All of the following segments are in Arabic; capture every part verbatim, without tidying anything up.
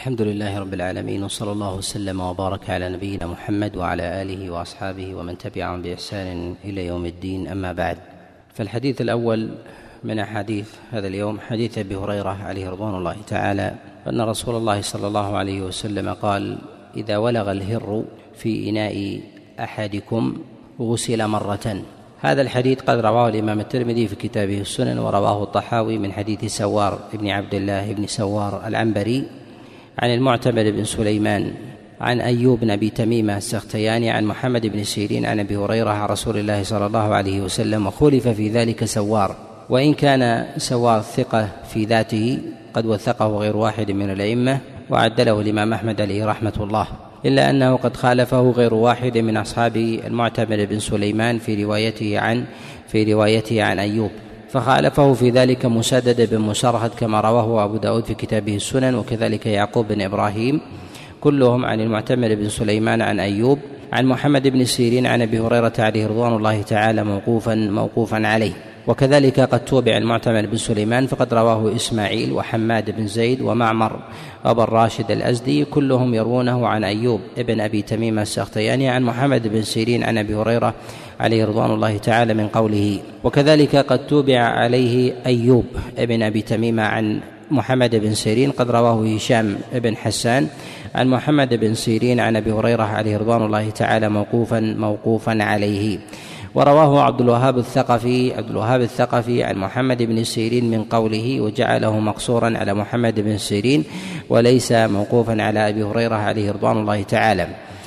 الحمد لله رب العالمين، وصلى الله وسلم وبارك على نبينا محمد وعلى آله وأصحابه ومن تبعهم بإحسان إلى يوم الدين. أما بعد، فالحديث الأول من أحاديث هذا اليوم حديث أبي هريرة عليه رضوان الله تعالى أن رسول الله صلى الله عليه وسلم قال: إذا ولغ الهر في إناء أحدكم غسل مرة. هذا الحديث قد رواه الإمام الترمذي في كتابه السنن، ورواه الطحاوي من حديث سوار بن عبد الله بن سوار العنبري عن المعتمر بن سليمان عن أيوب بن أبي تميمة السختياني عن محمد بن سيرين عن أبي هريرة عن رسول الله صلى الله عليه وسلم، وخولف في ذلك سوار، وإن كان سوار ثقة في ذاته قد وثقه غير واحد من الأئمة وعدله الإمام أحمد عليه رحمة الله، إلا أنه قد خالفه غير واحد من أصحاب المعتمر بن سليمان في روايته عن في روايته عن أيوب، فخالفه في ذلك مسدد بن مسرهد كما رواه أبو داود في كتابه السنن، وكذلك يعقوب بن إبراهيم، كلهم عن المعتمر بن سليمان عن أيوب عن محمد بن سيرين عن أبي هريرة عليه رضوان الله تعالى موقوفا موقوفا عليه. وكذلك قد توبع المعتمر بن سليمان فقد رواه إسماعيل وحماد بن زيد ومعمر أبو الراشد الأزدي، كلهم يروونه عن أيوب ابن أبي تميمة السختياني عن محمد بن سيرين عن أبي هريرة عليه رضوان الله تعالى من قوله. وكذلك قد توبع عليه أيوب ابن أبي تميمة عن محمد بن سيرين قد رواه هشام بن حسان عن محمد بن سيرين عن أبي هريرة عليه رضوان الله تعالى موقوفا موقوفا عليه. ورواه عبد الوهاب الثقفي عبد الوهاب الثقفي عن محمد بن سيرين من قوله، وجعله مقصورا على محمد بن سيرين وليس موقوفا على أبي هريرة عليه رضوان الله تعالى.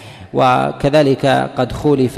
وكذلك قد خولف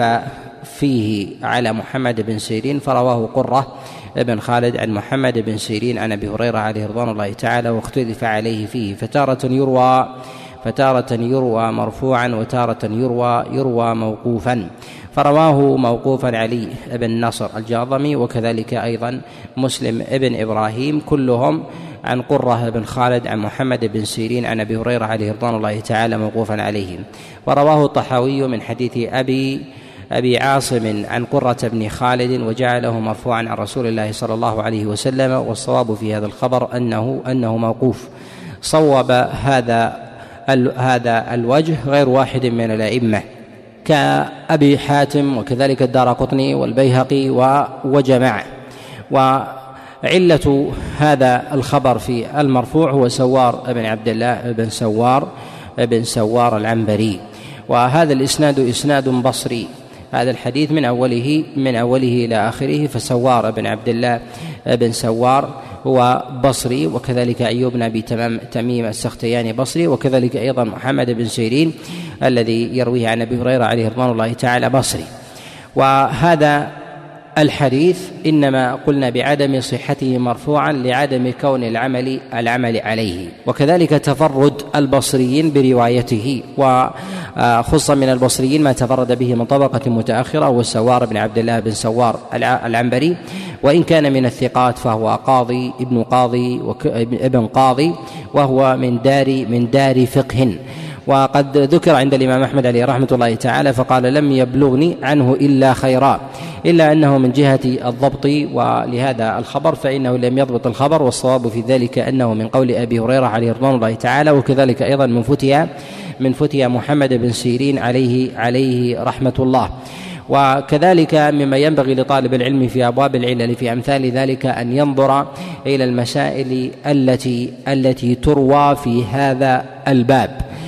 فيه على محمد بن سيرين فرواه قرة ابن خالد عن محمد بن سيرين عن أبي هريرة عليه رضوان الله تعالى، واختلف عليه فيه، فتارة يروى فتارة يروى مرفوعا وتارة يروى يروى موقوفا، فرواه موقوفا علي بن نصر الجاضمي، وكذلك أيضا مسلم ابن إبراهيم، كلهم عن قرة بن خالد عن محمد بن سيرين عن أبي هريرة عليه رضوان الله تعالى موقوفا عليه. ورواه الطحاوي من حديث أبي أبي عاصم عن قرة بن خالد وجعله مرفوعا عن رسول الله صلى الله عليه وسلم، والصواب في هذا الخبر أنه أنه موقوف. صوب هذا هذا الوجه غير واحد من الأئمة كأبي حاتم وكذلك الدارقطني والبيهقي وجماعة. وعلة هذا الخبر في المرفوع هو سوار بن عبد الله بن سوار بن سوار العنبري، وهذا الإسناد إسناد بصري، هذا الحديث من أوله من أوله إلى آخره، فسوار بن عبد الله بن سوار هو بصري، وكذلك أيوب بن أبي تميم السختياني بصري، وكذلك أيضا محمد بن سيرين الذي يرويه عن أبي هريرة عليه رضوان الله تعالى بصري. وهذا الحديث إنما قلنا بعدم صحته مرفوعا لعدم كون العمل العمل عليه، وكذلك تفرد البصريين بروايته، وخص من البصريين ما تفرد به من طبقة متأخرة والسوار بن عبد الله بن سوار العنبري، وإن كان من الثقات فهو قاضي ابن قاضي ابن قاضي وهو من دار من دار فقه. وقد ذكر عند الإمام أحمد عليه رحمة الله تعالى فقال: لم يبلغني عنه إلا خيرا، إلا أنه من جهة الضبط ولهذا الخبر فإنه لم يضبط الخبر، والصواب في ذلك أنه من قول أبي هريرة عليه رضوان الله تعالى، وكذلك أيضا من فتيا من فتيا محمد بن سيرين عليه عليه رحمة الله. وكذلك مما ينبغي لطالب العلم في أبواب العلل في أمثال ذلك أن ينظر إلى المسائل التي التي تروى في هذا الباب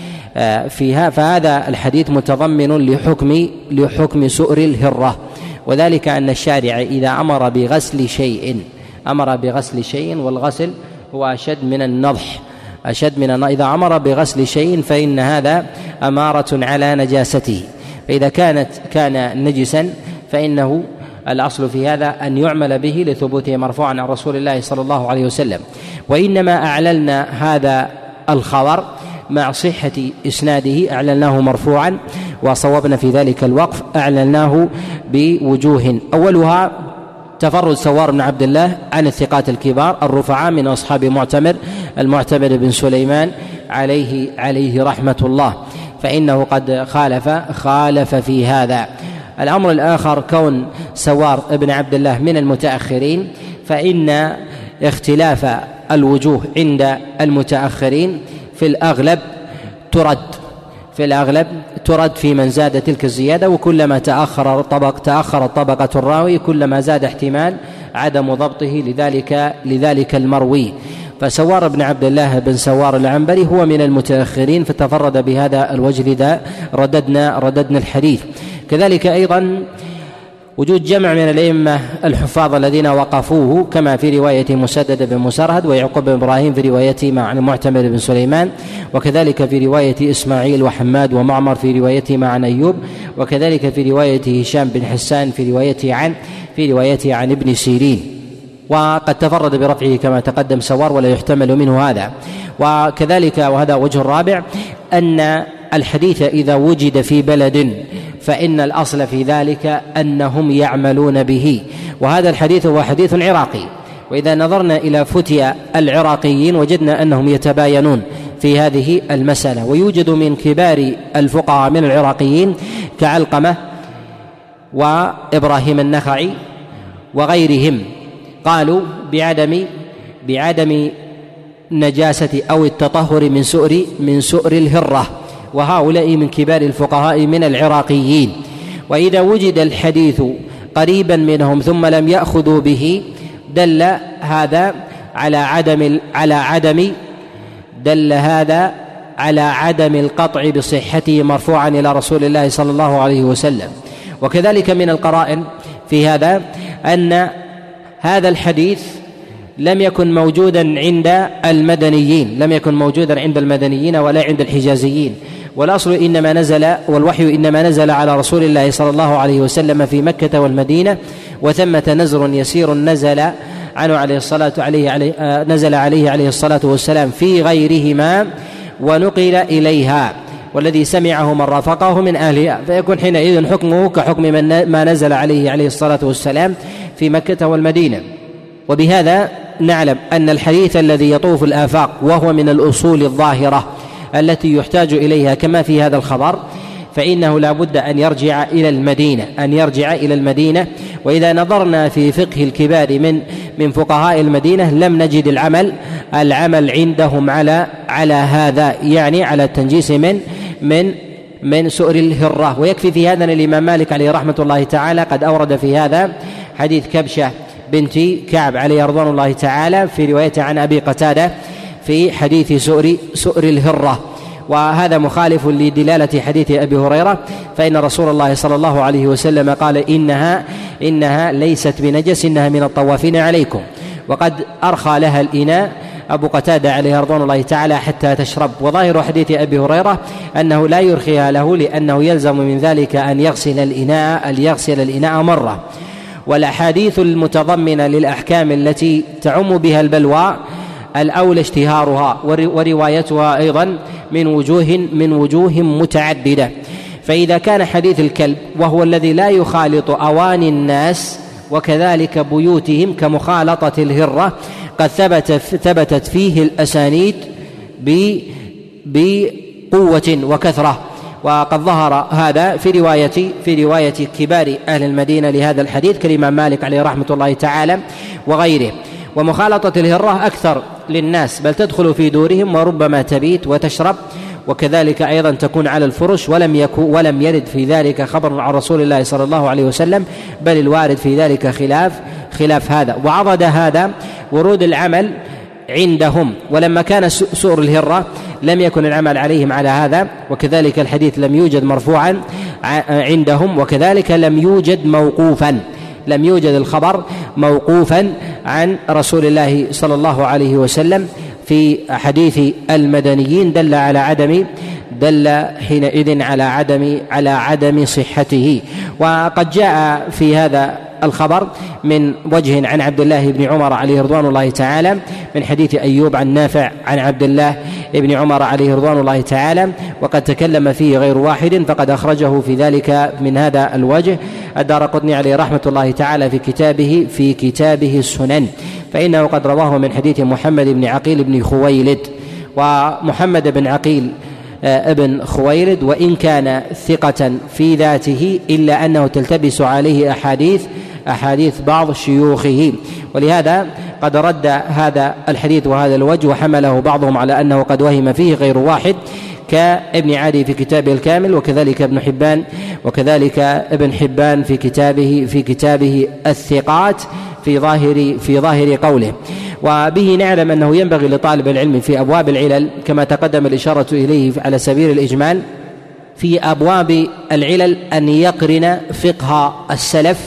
فيها، فهذا الحديث متضمن لحكم لحكم سؤر الهرة، وذلك أن الشارع إذا أمر بغسل شيء أمر بغسل شيء والغسل هو أشد من النضح أشد من النضح إذا أمر بغسل شيء فإن هذا أمارة على نجاسته، فإذا كانت كان نجسا فإنه الأصل في هذا أن يعمل به لثبوته مرفوعا عن رسول الله صلى الله عليه وسلم. وإنما أعللنا هذا الخبر مع صحة إسناده، أعلناه مرفوعا وصوبنا في ذلك الوقف أعلناه بوجوه، أولها تفرد سوار بن عبد الله عن الثقات الكبار الرفعاء من أصحاب معتمر المعتمر بن سليمان عليه عليه رحمة الله، فإنه قد خالف خالف في هذا. الأمر الآخر كون سوار بن عبد الله من المتأخرين، فإن اختلاف الوجوه عند المتأخرين في الأغلب ترد في الأغلب ترد في من زاد تلك الزيادة، وكلما تأخر طبق تأخر طبقة الراوي كلما زاد احتمال عدم ضبطه لذلك لذلك المروي. فسوار بن عبد الله بن سوار العنبري هو من المتأخرين فتفرد بهذا الوجه، لذا رددنا رددنا الحديث. كذلك أيضا وجود جمع من الأئمة الحفاظ الذين وقفوه، كما في رواية مسدد بن مسرهد ويعقوب بن إبراهيم في روايته مع المعتمر بن سليمان، وكذلك في رواية إسماعيل وحماد ومعمر في روايته مع أيوب، وكذلك في رواية هشام بن حسان في روايته عن في روايته عن ابن سيرين. وقد تفرد برفعه كما تقدم سوار ولا يحتمل منه هذا. وكذلك وهذا وجه الرابع أن الحديث إذا وجد في بلد فإن الأصل في ذلك أنهم يعملون به، وهذا الحديث هو حديث عراقي، وإذا نظرنا إلى فتيا العراقيين وجدنا أنهم يتباينون في هذه المسألة. ويوجد من كبار الفقهاء من العراقيين كعلقمة وإبراهيم النخعي وغيرهم قالوا بعدم بعدم نجاسة أو التطهر من سؤر من سؤر الهرة، وهؤلاء من كبار الفقهاء من العراقيين. وإذا وجد الحديث قريبا منهم ثم لم يأخذوا به دل هذا على عدم على عدم دل هذا على عدم القطع بصحته مرفوعا إلى رسول الله صلى الله عليه وسلم. وكذلك من القرائن في هذا أن هذا الحديث لم يكن موجودا عند المدنيين لم يكن موجودا عند المدنيين ولا عند الحجازيين، والأصل إنما نزل والوحي إنما نزل على رسول الله صلى الله عليه وسلم في مكة والمدينة، وثمة نزر يسير نزل عنه عليه الصلاة عليه عليه آه نزل عليه عليه الصلاة والسلام في غيرهما ونقل إليها، والذي سمعه من رافقه من أهلها، فيكون حينئذ حكمه كحكم من ما نزل عليه عليه الصلاة والسلام في مكة والمدينة. وبهذا نعلم أن الحديث الذي يطوف الآفاق وهو من الأصول الظاهرة التي يحتاج إليها كما في هذا الخبر، فإنه لا بد أن يرجع إلى المدينة أن يرجع إلى المدينة. وإذا نظرنا في فقه الكبار من من فقهاء المدينة لم نجد العمل العمل عندهم على على هذا، يعني على التنجيس من من من سؤر الهرة. ويكفي في هذا الإمام مالك عليه رحمة الله تعالى قد أورد في هذا حديث كبشة بنت كعب عليه رضوان الله تعالى في روايته عن أبي قتادة في حديث سؤر سؤر الهرة، وهذا مخالف لدلالة حديث أبي هريرة، فإن رسول الله صلى الله عليه وسلم قال إنها إنها ليست بنجس إنها من الطوافين عليكم، وقد أرخى لها الإناء أبو قتادة عليه رضوان الله تعالى حتى تشرب. وظاهر حديث أبي هريرة أنه لا يرخيها له لأنه يلزم من ذلك أن يغسل الإناء أن يغسل الإناء مرة. والأحاديث المتضمنة للأحكام التي تعم بها البلوى الأولى اشتهارها وروايتها أيضا من وجوه من وجوه متعددة. فإذا كان حديث الكلب وهو الذي لا يخالط أواني الناس وكذلك بيوتهم كمخالطة الهرة قد ثبت ثبتت فيه الأسانيد بقوة وكثرة، وقد ظهر هذا في رواية في رواية كبار أهل المدينة لهذا الحديث كالإمام مالك عليه رحمة الله تعالى وغيره. ومخالطة الهرة أكثر للناس، بل تدخل في دورهم وربما تبيت وتشرب، وكذلك أيضا تكون على الفرش، ولم يكن ولم يرد في ذلك خبر عن رسول الله صلى الله عليه وسلم، بل الوارد في ذلك خلاف خلاف هذا. وعضد هذا ورود العمل عندهم، ولما كان سؤر الهرة لم يكن العمل عليهم على هذا، وكذلك الحديث لم يوجد مرفوعا عندهم، وكذلك لم يوجد موقوفا لم يوجد الخبر موقوفا عن رسول الله صلى الله عليه وسلم في حديث المدنيين، دل على عدم دل حينئذ على عدم على عدم صحته. وقد جاء في هذا الخبر من وجه عن عبد الله بن عمر عليه رضوان الله تعالى من حديث أيوب عن نافع عن عبد الله بن عمر عليه رضوان الله تعالى، وقد تكلم فيه غير واحد، فقد أخرجه في ذلك من هذا الوجه الدارقطني عليه رحمة الله تعالى في كتابه في كتابه السنن، فإنه قد رواه من حديث محمد بن عقيل بن خويلد. ومحمد بن عقيل ابن خويلد وإن كان ثقة في ذاته إلا أنه تلتبس عليه أحاديث أحاديث بعض شيوخه، ولهذا قد رد هذا الحديث وهذا الوجه، وحمله بعضهم على أنه قد وهم فيه غير واحد كابن عدي في كتابه الكامل، وكذلك ابن حبان وكذلك ابن حبان في كتابه في كتابه الثقات في ظاهر في ظاهر قوله. وبه نعلم أنه ينبغي لطالب العلم في أبواب العلل كما تقدم الإشارة إليه على سبيل الإجمال في أبواب العلل أن يقرن فقه السلف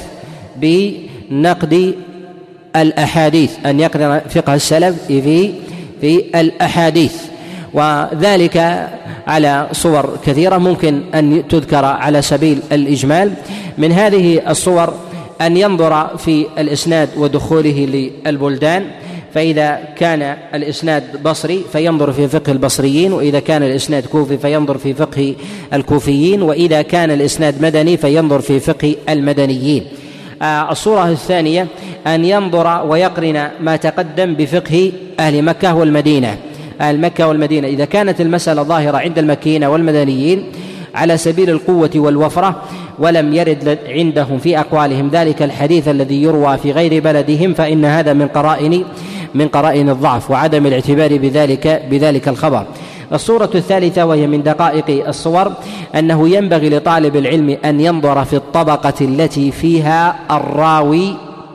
بنقد الأحاديث، أن يقرن فقه السلف في في الأحاديث، وذلك على صور كثيرة ممكن أن تذكر على سبيل الإجمال. من هذه الصور أن ينظر في الإسناد ودخوله للبلدان، فإذا كان الإسناد بصري فينظر في فقه البصريين، وإذا كان الإسناد كوفي فينظر في فقه الكوفيين، وإذا كان الإسناد مدني فينظر في فقه المدنيين. آه الصورة الثانية أن ينظر ويقرن ما تقدم بفقه أهل مكة والمدينة أهل مكة والمدينة إذا كانت المسألة ظاهرة عند المكيين والمدنيين على سبيل القوة والوفرة، ولم يرد عندهم في أقوالهم ذلك الحديث الذي يروى في غير بلدهم، فإن هذا من قرائن من قرائن الضعف وعدم الاعتبار بذلك بذلك الخبر. الصورة الثالثة وهي من دقائق الصور أنه ينبغي لطالب العلم أن ينظر في الطبقة التي فيها الراوي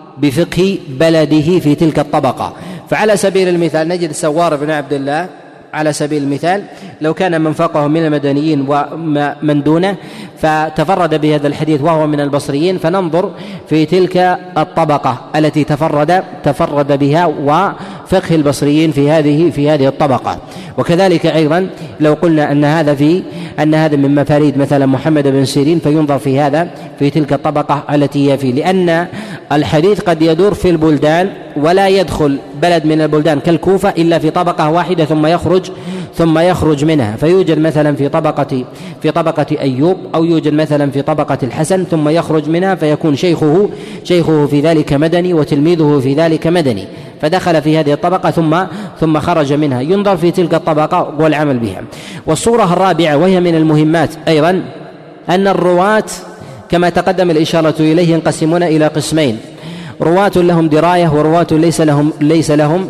بفقه بلده في تلك الطبقة. فعلى سبيل المثال نجد سوار بن عبد الله على سبيل المثال لو كان من فوقه من المدنيين ومن دونه فتفرد بهذا الحديث وهو من البصريين، فننظر في تلك الطبقة التي تفرد تفرد بها وفقه البصريين في هذه في هذه الطبقة. وكذلك أيضا لو قلنا أن هذا في أن هذا من مفاريد مثلا محمد بن سيرين، فينظر في هذا في تلك الطبقة التي هي فيه، لأن الحديث قد يدور في البلدان ولا يدخل بلد من البلدان كالكوفة إلا في طبقة واحدة ثم يخرج ثم يخرج منها، فيوجد مثلا في طبقة في طبقة أيوب، أو يوجد مثلا في طبقة الحسن ثم يخرج منها، فيكون شيخه شيخه في ذلك مدني وتلميذه في ذلك مدني، فدخل في هذه الطبقة ثم ثم خرج منها، ينظر في تلك الطبقة والعمل بها. والصورة الرابعة وهي من المهمات أيضا أن الرواة كما تقدم الإشارة إليه ينقسمون إلى قسمين: رواة لهم دراية ورواة ليس لهم ليس لهم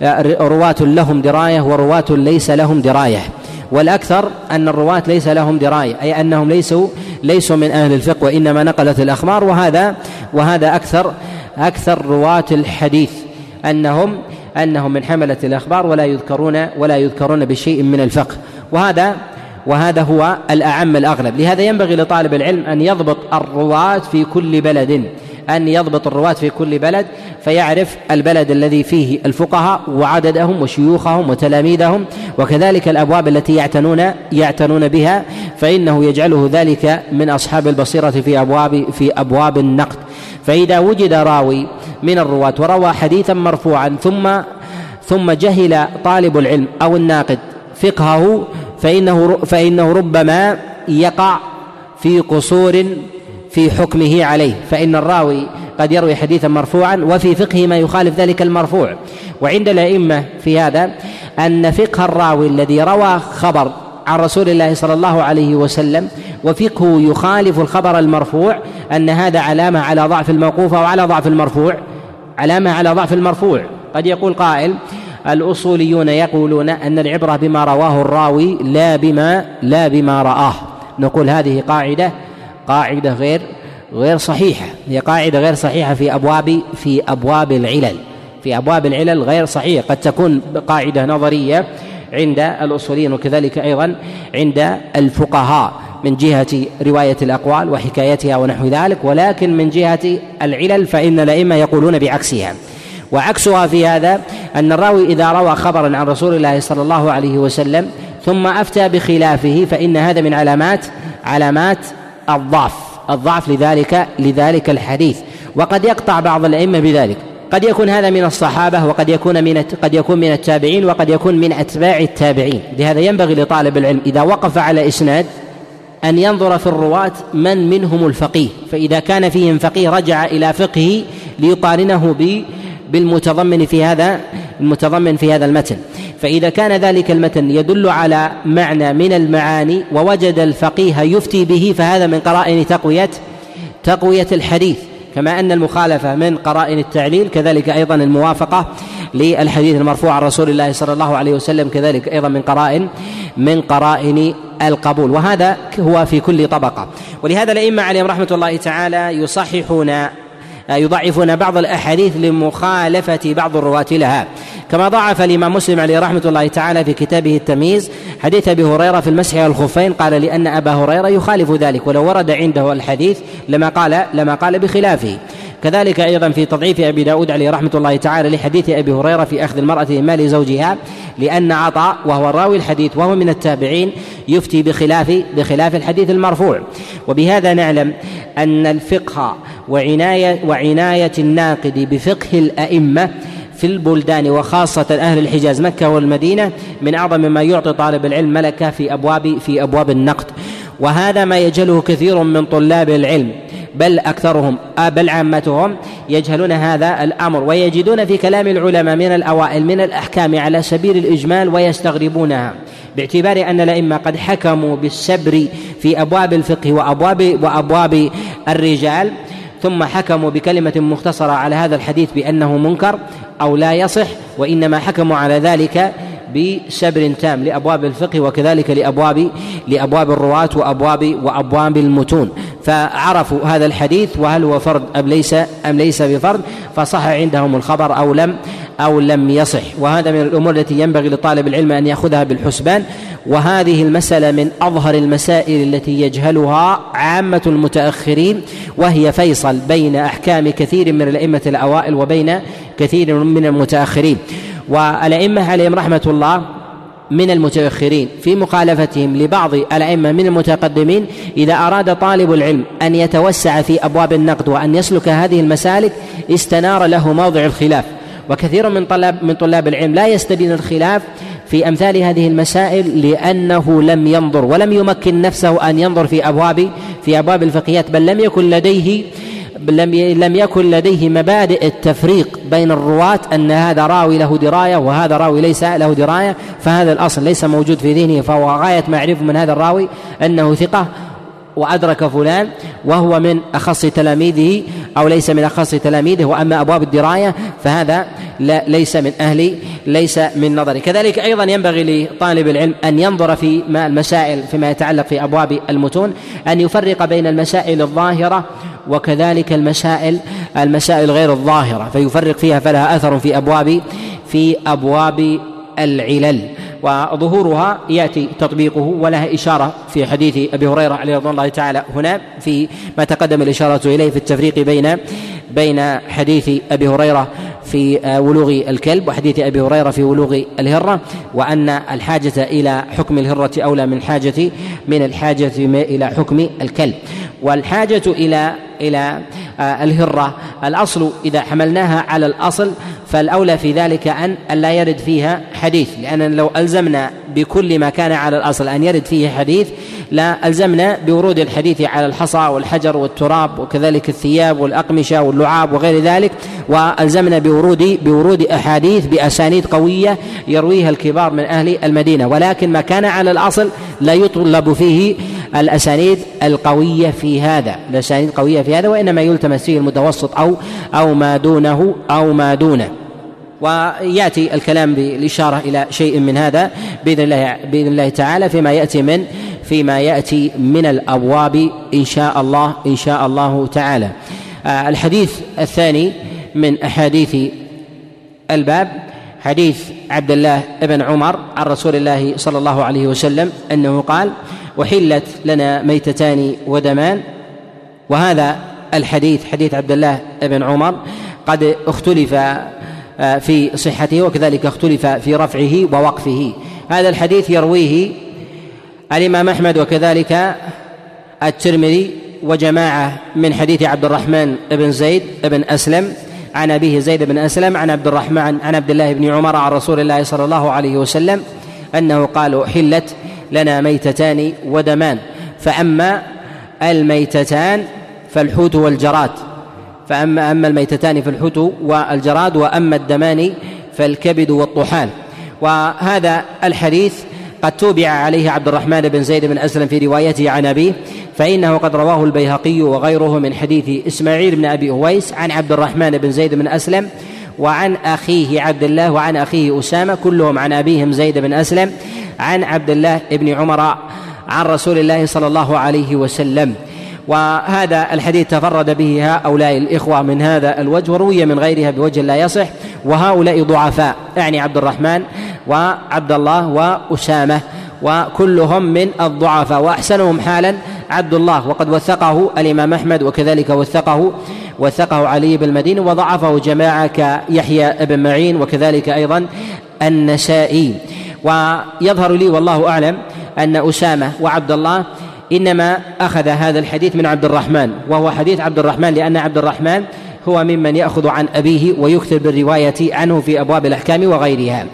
رواة لهم دراية ورواة ليس لهم دراية. والأكثر أن الرواة ليس لهم دراية، أي أنهم ليسوا ليسوا من أهل الفقه وإنما نقلت الأخبار، وهذا وهذا أكثر أكثر رواة الحديث أنهم أنهم من حملة الأخبار ولا يذكرون ولا يذكرون بشيء من الفقه، وهذا وهذا هو الأعم الأغلب. لهذا ينبغي لطالب العلم أن يضبط الرواة في كل بلد أن يضبط الرواة في كل بلد، فيعرف البلد الذي فيه الفقهاء وعددهم وشيوخهم وتلاميذهم، وكذلك الأبواب التي يعتنون يعتنون بها، فإنه يجعله ذلك من أصحاب البصيرة في أبواب في أبواب النقد. فإذا وجد راوي من الرواة وروى حديثا مرفوعا ثم ثم جهل طالب العلم أو الناقد فقهه، فإنه فإنه ربما يقع في قصور في حكمه عليه، فإن الراوي قد يروي حديثا مرفوعا وفي فقه ما يخالف ذلك المرفوع. وعند الأئمة في هذا أن فقه الراوي الذي روى خبر عن رسول الله صلى الله عليه وسلم وفقه يخالف الخبر المرفوع أن هذا علامة على ضعف الموقوف وعلى ضعف المرفوع علامة على ضعف المرفوع. قد يقول قائل: الأصوليون يقولون أن العبرة بما رواه الراوي لا بما لا بما رآه. نقول هذه قاعدة قاعدة غير غير صحيحة، هي قاعدة غير صحيحة في أبواب في أبواب العلل في أبواب العلل غير صحيحة. قد تكون قاعدة نظرية عند الأصوليين وكذلك أيضا عند الفقهاء من جهة رواية الأقوال وحكايتها ونحو ذلك، ولكن من جهة العلل فإن الأئمة يقولون بعكسها. وعكسها في هذا أن الراوي إذا روى خبرا عن رسول الله صلى الله عليه وسلم ثم أفتى بخلافه فإن هذا من علامات علامات الضعف الضعف لذلك لذلك الحديث. وقد يقطع بعض الأئمة بذلك، قد يكون هذا من الصحابة وقد يكون من قد يكون من التابعين وقد يكون من أتباع التابعين. لهذا ينبغي لطالب العلم إذا وقف على إسناد أن ينظر في الرواة من منهم الفقيه، فإذا كان فيهم فقيه رجع إلى فقهه ليقارنه بالمتضمن في هذا المتضمن في هذا المتن. فإذا كان ذلك المتن يدل على معنى من المعاني ووجد الفقيه يفتي به فهذا من قرائن تقوية تقوية الحديث. كما أن المخالفة من قرائن التعليل كذلك أيضا الموافقة للحديث المرفوع عن رسول الله صلى الله عليه وسلم كذلك أيضا من قرائن من قرائن القبول، وهذا هو في كل طبقة. ولهذا الأئمة عليهم رحمة الله تعالى يصححون يضعفون بعض الأحاديث لمخالفة بعض الرواة لها، كما ضعف الإمام مسلم عليه رحمة الله تعالى في كتابه التمييز حديث أبي هريرة في المسح على الخفين، قال لأن أبا هريرة يخالف ذلك، ولو ورد عنده الحديث لما قال لما قال بخلافه. كذلك أيضا في تضعيف أبي داود عليه رحمة الله تعالى لحديث أبي هريرة في أخذ المرأة من مال زوجها، لأن عطاء وهو راوي الحديث وهو من التابعين يفتي بخلاف بخلاف الحديث المرفوع. وبهذا نعلم أن الفقه وعناية وعناية الناقد بفقه الأئمة في البلدان وخاصة أهل الحجاز مكة والمدينة من أعظم ما يعطي طالب العلم ملكة في أبواب في أبواب النقد، وهذا ما يجهله كثير من طلاب العلم، بل أكثرهم بل عامتهم يجهلون هذا الأمر، ويجدون في كلام العلماء من الأوائل من الأحكام على سبيل الإجمال ويستغربونها، باعتبار أن الأئمة قد حكموا بالسبر في أبواب الفقه وأبواب وأبواب الرجال، ثم حكموا بكلمة مختصرة على هذا الحديث بأنه منكر أو لا يصح، وإنما حكموا على ذلك بسبر تام لأبواب الفقه وكذلك لأبواب لأبواب الرواة وأبواب وأبواب المتون، فعرفوا هذا الحديث وهل هو فرد أم ليس أم ليس بفرد، فصح عندهم الخبر أو لم أو لم يصح. وهذا من الأمور التي ينبغي لطالب العلم أن يأخذها بالحسبان، وهذه المسألة من أظهر المسائل التي يجهلها عامة المتأخرين، وهي فيصل بين أحكام كثير من الأئمة الأوائل وبين كثير من المتأخرين. والأئمة عليهم رحمة الله من المتأخرين في مخالفتهم لبعض الأئمة من المتقدمين، إذا أراد طالب العلم أن يتوسع في أبواب النقد وأن يسلك هذه المسالك استنار له موضع الخلاف، وكثير من طلاب من طلاب العلم لا يستبين الخلاف في أمثال هذه المسائل لأنه لم ينظر ولم يمكن نفسه أن ينظر في أبواب في أبواب الفقهيات، بل لم يكن لديه لم يكن لديه مبادئ التفريق بين الرواة، أن هذا راوي له دراية وهذا راوي ليس له دراية، فهذا الأصل ليس موجود في ذهنه، فهو غاية ما يعرف من هذا الراوي أنه ثقة وأدرك فلان وهو من أخص تلاميذه أو ليس من أخص تلاميذه، وأما أبواب الدراية فهذا لا ليس من أهل ليس من نظري. كذلك أيضا ينبغي لطالب العلم أن ينظر في ما المسائل فيما يتعلق في أبواب المتون، أن يفرق بين المسائل الظاهرة وكذلك المسائل المسائل غير الظاهرة، فيفرق فيها، فلها أثر في أبواب في أبواب العلل، وظهورها يأتي تطبيقه ولها إشارة في حديث أبي هريرة عليه رضي الله تعالى هنا في ما تقدم الإشارة إليه في التفريق بين بين حديث أبي هريرة في ولوغ الكلب وحديث أبي هريرة في ولوغ الهرة، وأن الحاجة إلى حكم الهرة أولى من حاجة من الحاجة إلى حكم الكلب. والحاجة إلى إلى الهرة الأصل إذا حملناها على الأصل فالأولى في ذلك أن لا يرد فيها حديث، لأن لو ألزمنا بكل ما كان على الأصل أن يرد فيه حديث لا ألزمنا بورود الحديث على الحصى والحجر والتراب وكذلك الثياب والأقمشة واللعاب وغير ذلك، وألزمنا بورود بورود أحاديث بأسانيد قوية يرويها الكبار من أهل المدينة، ولكن ما كان على الأصل لا يطلب فيه الأسانيد القوية في هذا الأسانيد القوية في هذا وإنما يلتمس فيه المتوسط أو أو ما دونه أو ما دونه. ويأتي الكلام بالإشارة إلى شيء من هذا بإذن الله بإذن الله تعالى فيما يأتي من فيما يأتي من الأبواب إن شاء الله إن شاء الله تعالى. الحديث الثاني من أحاديث الباب حديث عبد الله بن عمر عن رسول الله صلى الله عليه وسلم أنه قال: وحلت لنا ميتتان ودمان. وهذا الحديث حديث عبد الله بن عمر قد اختلف في صحته وكذلك اختلف في رفعه ووقفه. هذا الحديث يرويه الإمام أحمد وكذلك الترمذي وجماعة من حديث عبد الرحمن بن زيد بن أسلم عن أبيه زيد بن أسلم عن عبد الرحمن عن عبد الله بن عمر عن رسول الله صلى الله عليه وسلم أنه قال: حلت لنا ميتتان ودمان، فأما الميتتان فالحوت والجراد فأما أما الميتتان فالحوت والجراد وأما الدمان فالكبد والطحال. وهذا الحديث قد توبع عليه عبد الرحمن بن زيد بن أسلم في روايته عن أبيه، فإنه قد رواه البيهقي وغيره من حديث إسماعيل بن أبي أويس عن عبد الرحمن بن زيد بن أسلم وعن أخيه عبد الله وعن أخيه أسامة، كلهم عن أبيهم زيد بن أسلم عن عبد الله بن عمر عن رسول الله صلى الله عليه وسلم. وهذا الحديث تفرد به هؤلاء الإخوة من هذا الوجه، وروي من غيرها بوجه لا يصح، وهؤلاء ضعفاء، يعني عبد الرحمن وعبد الله وأسامة، وكلهم من الضعفاء، وأحسنهم حالا عبد الله، وقد وثقه الإمام أحمد، وكذلك وثقه وثقه علي بن المديني، وضعفه جماعة كيحيى بن معين، وكذلك أيضا النسائي. ويظهر لي والله أعلم أن أسامة وعبد الله إنما أخذ هذا الحديث من عبد الرحمن، وهو حديث عبد الرحمن، لأن عبد الرحمن هو ممن يأخذ عن أبيه ويكثر بالرواية عنه في أبواب الأحكام وغيرها،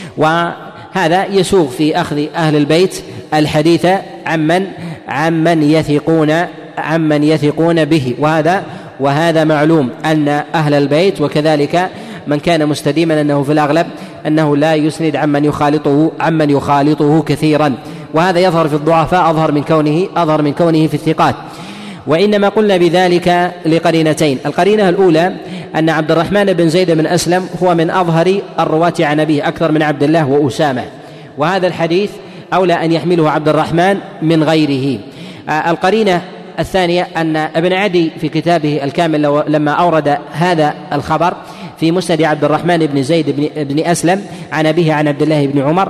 وهذا يسوغ في أخذ أهل البيت الحديث عمن عمن يثقون عمن يثقون به، وهذا وهذا معلوم أن أهل البيت وكذلك من كان مستديما أنه في الأغلب أنه لا يسند عمن يخالطه عمن يخالطه كثيرا، وهذا يظهر في الضعفاء أظهر من كونه أظهر من كونه في الثقات. وإنما قلنا بذلك لقرينتين: القرينة الأولى أن عبد الرحمن بن زيد بن أسلم هو من أظهر الرواة عن أبيه أكثر من عبد الله وأسامة، وهذا الحديث أولى أن يحمله عبد الرحمن من غيره. القرينة الثانية أن ابن عدي في كتابه الكامل لما أورد هذا الخبر في مسند عبد الرحمن بن زيد بن, بن أسلم عن أبيه عن عبد الله بن عمر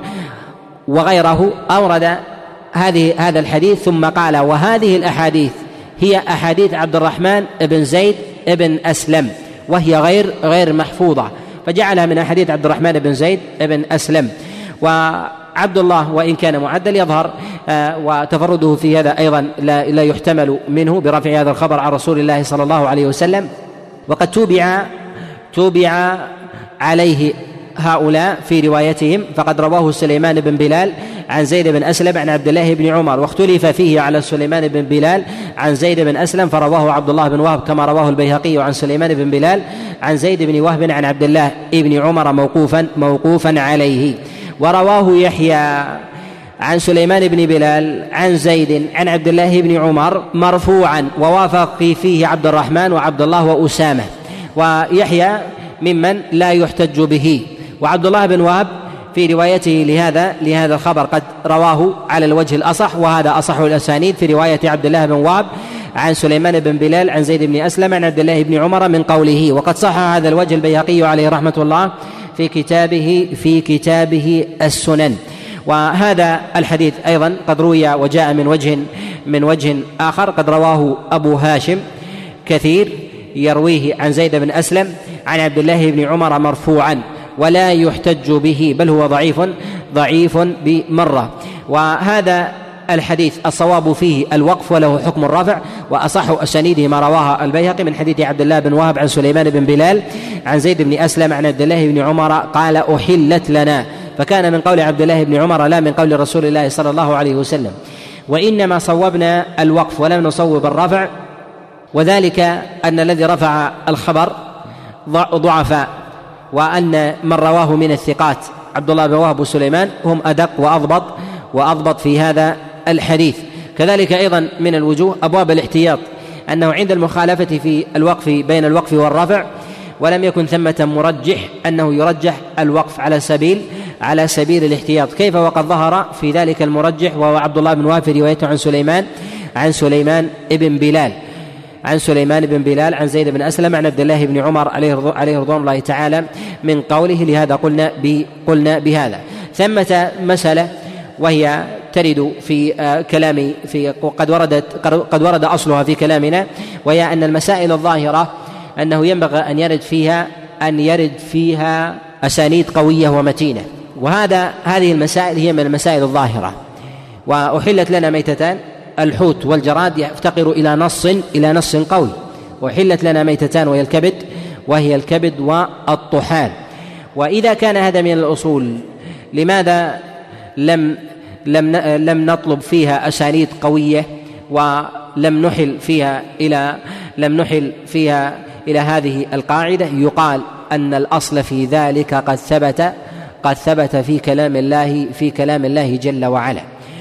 وغيره، أورد هذه هذا الحديث ثم قال: وهذه الأحاديث هي أحاديث عبد الرحمن بن زيد بن أسلم، وهي غير غير محفوظة، فجعلها من أحاديث عبد الرحمن بن زيد بن أسلم. وعبد الله وإن كان معدل يظهر آه وتفرده في هذا أيضا لا, لا يحتمل منه برفع هذا الخبر عن رسول الله صلى الله عليه وسلم. وقد توبع توبع عليه هؤلاء في روايتهم، فقد رواه سليمان بن بلال عن زيد بن أسلم عن عبد الله بن عمر، واختلف فيه على سليمان بن بلال عن زيد بن أسلم، فرواه عبد الله بن وهب كما رواه البيهقي عن سليمان بن بلال عن زيد بن وهب عن عبد الله بن عمر موقوفا موقوفا عليه. ورواه يحيى عن سليمان بن بلال عن زيد عن عبد الله بن عمر مرفوعا، ووافق فيه عبد الرحمن وعبد الله وأسامة، ويحيى ممن لا يحتج به. وعبد الله بن وهب في روايته لهذا لهذا الخبر قد رواه على الوجه الأصح، وهذا أصح الأسانيد في رواية عبد الله بن وهب عن سليمان بن بلال عن زيد بن أسلم عن عبد الله بن عمر من قوله. وقد صح هذا الوجه البيهقي عليه رحمة الله في كتابه في كتابه السنن. وهذا الحديث أيضا قد روي وجاء من وجه من وجه آخر، قد رواه أبو هاشم كثير يرويه عن زيد بن أسلم عن عبد الله بن عمر مرفوعا، ولا يحتج به، بل هو ضعيف ضعيف بمرة. وهذا الحديث الصواب فيه الوقف وله حكم الرفع، وأصح أسانيده ما رواها البيهقي من حديث عبد الله بن وهب عن سليمان بن بلال عن زيد بن أسلم عن عبد الله بن عمر قال: أحلت لنا، فكان من قول عبد الله بن عمر لا من قول رسول الله صلى الله عليه وسلم. وإنما صوبنا الوقف ولم نصوب الرفع، وذلك أن الذي رفع الخبر ضعفاء، وأن من رواه من الثقات عبد الله بن وهب وسليمان هم أدق وأضبط وأضبط في هذا الحديث. كذلك أيضا من الوجوه أبواب الاحتياط، أنه عند المخالفة في الوقف بين الوقف والرفع ولم يكن ثمة مرجح أنه يرجح الوقف على سبيل على سبيل الاحتياط، كيف وقد ظهر في ذلك المرجح وهو عبد الله بن وهب في روايته عن سليمان عن سليمان ابن بلال عن سليمان بن بلال عن زيد بن أسلم عن عبد الله بن عمر عليه رضوان الله تعالى من قوله. لهذا قلنا قلنا بهذا. ثمة مسألة وهي ترد في كلامي في قد وردت قد ورد أصلها في كلامنا، وهي أن المسائل الظاهرة أنه ينبغي أن يرد فيها أن يرد فيها أسانيد قوية ومتينة، وهذا هذه المسائل هي من المسائل الظاهرة. وأحلت لنا ميتتان، الحوت والجراد يفتقر إلى نص إلى نص قوي، وحلت لنا ميتتان وهي الكبد وهي الكبد والطحال. وإذا كان هذا من الأصول، لماذا لم لم لم نطلب فيها أسانيد قوية ولم نحل فيها إلى لم نحل فيها إلى هذه القاعدة؟ يقال أن الأصل في ذلك قد ثبت قد ثبت في كلام الله في كلام الله جل وعلا.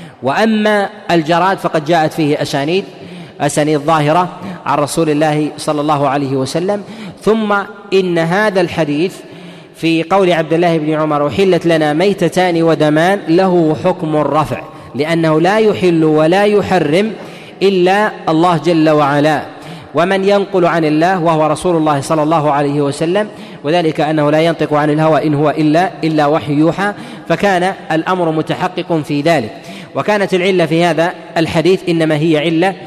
وأما الجراد فقد جاءت فيه أسانيد أسانيد ظاهرة عن رسول الله صلى الله عليه وسلم. ثم إن هذا الحديث في قول عبد الله بن عمر أحلت لنا ميتتان ودمان له حكم الرفع، لأنه لا يحل ولا يحرم إلا الله جل وعلا، ومن ينقل عن الله وهو رسول الله صلى الله عليه وسلم، وذلك أنه لا ينطق عن الهوى إن هو إلا إلا وحي يوحى، فكان الأمر متحقق في ذلك. وكانت العلة في هذا الحديث إنما هي علة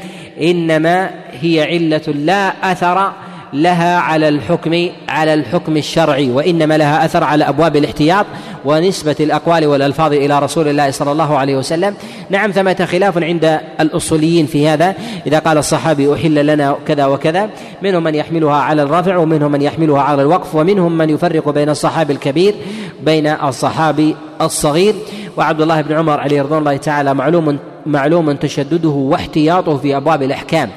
إنما هي علة لا أثر لها على الحكم على الحكم الشرعي، وإنما لها أثر على أبواب الاحتياط ونسبة الأقوال والألفاظ إلى رسول الله صلى الله عليه وسلم. نعم، ثمة خلاف عند الأصوليين في هذا، إذا قال الصحابي أحل لنا كذا وكذا، منهم من يحملها على الرفع ومنهم من يحملها على الوقف، ومنهم من يفرق بين الصحابي الكبير بين الصحابي الصغير. وعبد الله بن عمر عليه رضوان الله تعالى معلوم معلوم تشدده واحتياطه في أبواب الأحكام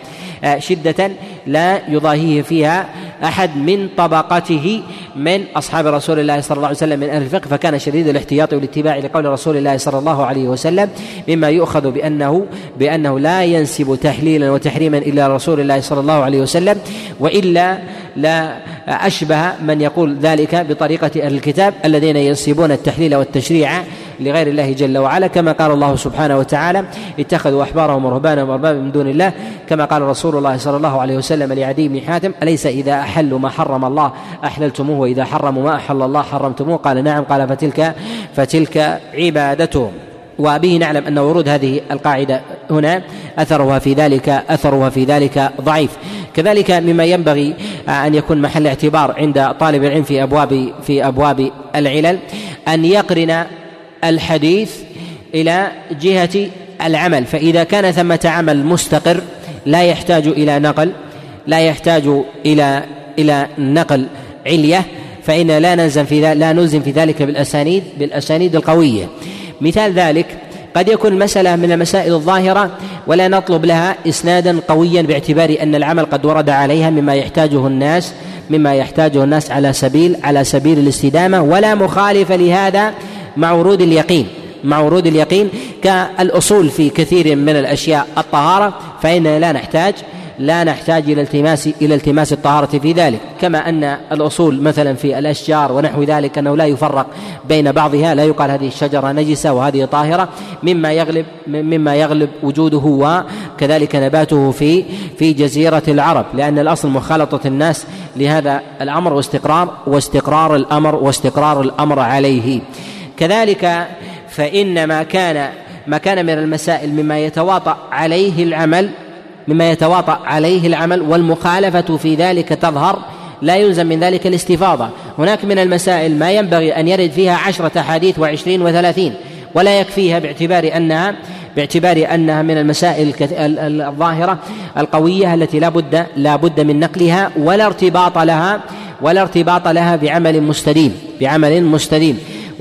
شدة لا يضاهيه فيها أحد من طبقته من أصحاب رسول الله صلى الله عليه وسلم من أهل الفقه، فكان شديد الاحتياط والاتباع لقول رسول الله صلى الله عليه وسلم، مما يؤخذ بأنه بأنه لا ينسب تحليلا وتحريما إلى رسول الله صلى الله عليه وسلم، وإلا لا أشبه من يقول ذلك بطريقة أهل الكتاب الذين ينسبون التحليل والتشريع لغير الله جل وعلا، كما قال الله سبحانه وتعالى اتخذوا أحبارهم ورهبانهم أربابا من دون الله، كما قال رسول الله صلى الله عليه وسلم لعدي بن حاتم أليس إذا أحلوا ما حرم الله أحللتموه وإذا حرموا ما أحل الله حرمتموه؟ قال نعم، قال فتلك فتلك عبادتهم. وبه نعلم أن ورود هذه القاعدة هنا أثرها في ذلك أثرها في ذلك ضعيف. كذلك مما ينبغي أن يكون محل اعتبار عند طالب العلم في أبواب في أبواب العلل أن يقرن الحديث إلى جهة العمل، فإذا كان ثمة عمل مستقر لا يحتاج إلى نقل لا يحتاج إلى إلى نقل علية، فإن لا نلزم في ذلك لا نلزم في ذلك بالأسانيد بالأسانيد القوية. مثال ذلك قد يكون مسألة من المسائل الظاهرة ولا نطلب لها إسنادا قويا باعتبار أن العمل قد ورد عليها مما يحتاجه الناس مما يحتاجه الناس على سبيل على سبيل الاستدامة، ولا مخالف لهذا مع ورود اليقين مع ورود اليقين كالأصول في كثير من الأشياء الطهارة، فإن لا نحتاج لا نحتاج إلى التماس إلى التماس الطهارة في ذلك، كما أن الأصول مثلا في الأشجار ونحو ذلك أنه لا يفرق بين بعضها، لا يقال هذه الشجرة نجسة وهذه طاهرة، مما يغلب مما يغلب وجوده وكذلك نباته في في جزيرة العرب، لأن الأصل مخالطة الناس لهذا الأمر واستقرار واستقرار الأمر واستقرار الأمر عليه. كذلك فإن ما كان ما كان من المسائل مما يتواطأ عليه العمل مما يتواطأ عليه العمل والمخالفة في ذلك تظهر، لا يلزم من ذلك الاستفاضة. هناك من المسائل ما ينبغي أن يرد فيها عشرة أحاديث وعشرين وثلاثين ولا يكفيها باعتبار أنها باعتبار أنها من المسائل الظاهرة القوية التي لا بد لا بد من نقلها ولا ارتباط لها ولا ارتباط لها بعمل مستديم بعمل مستديم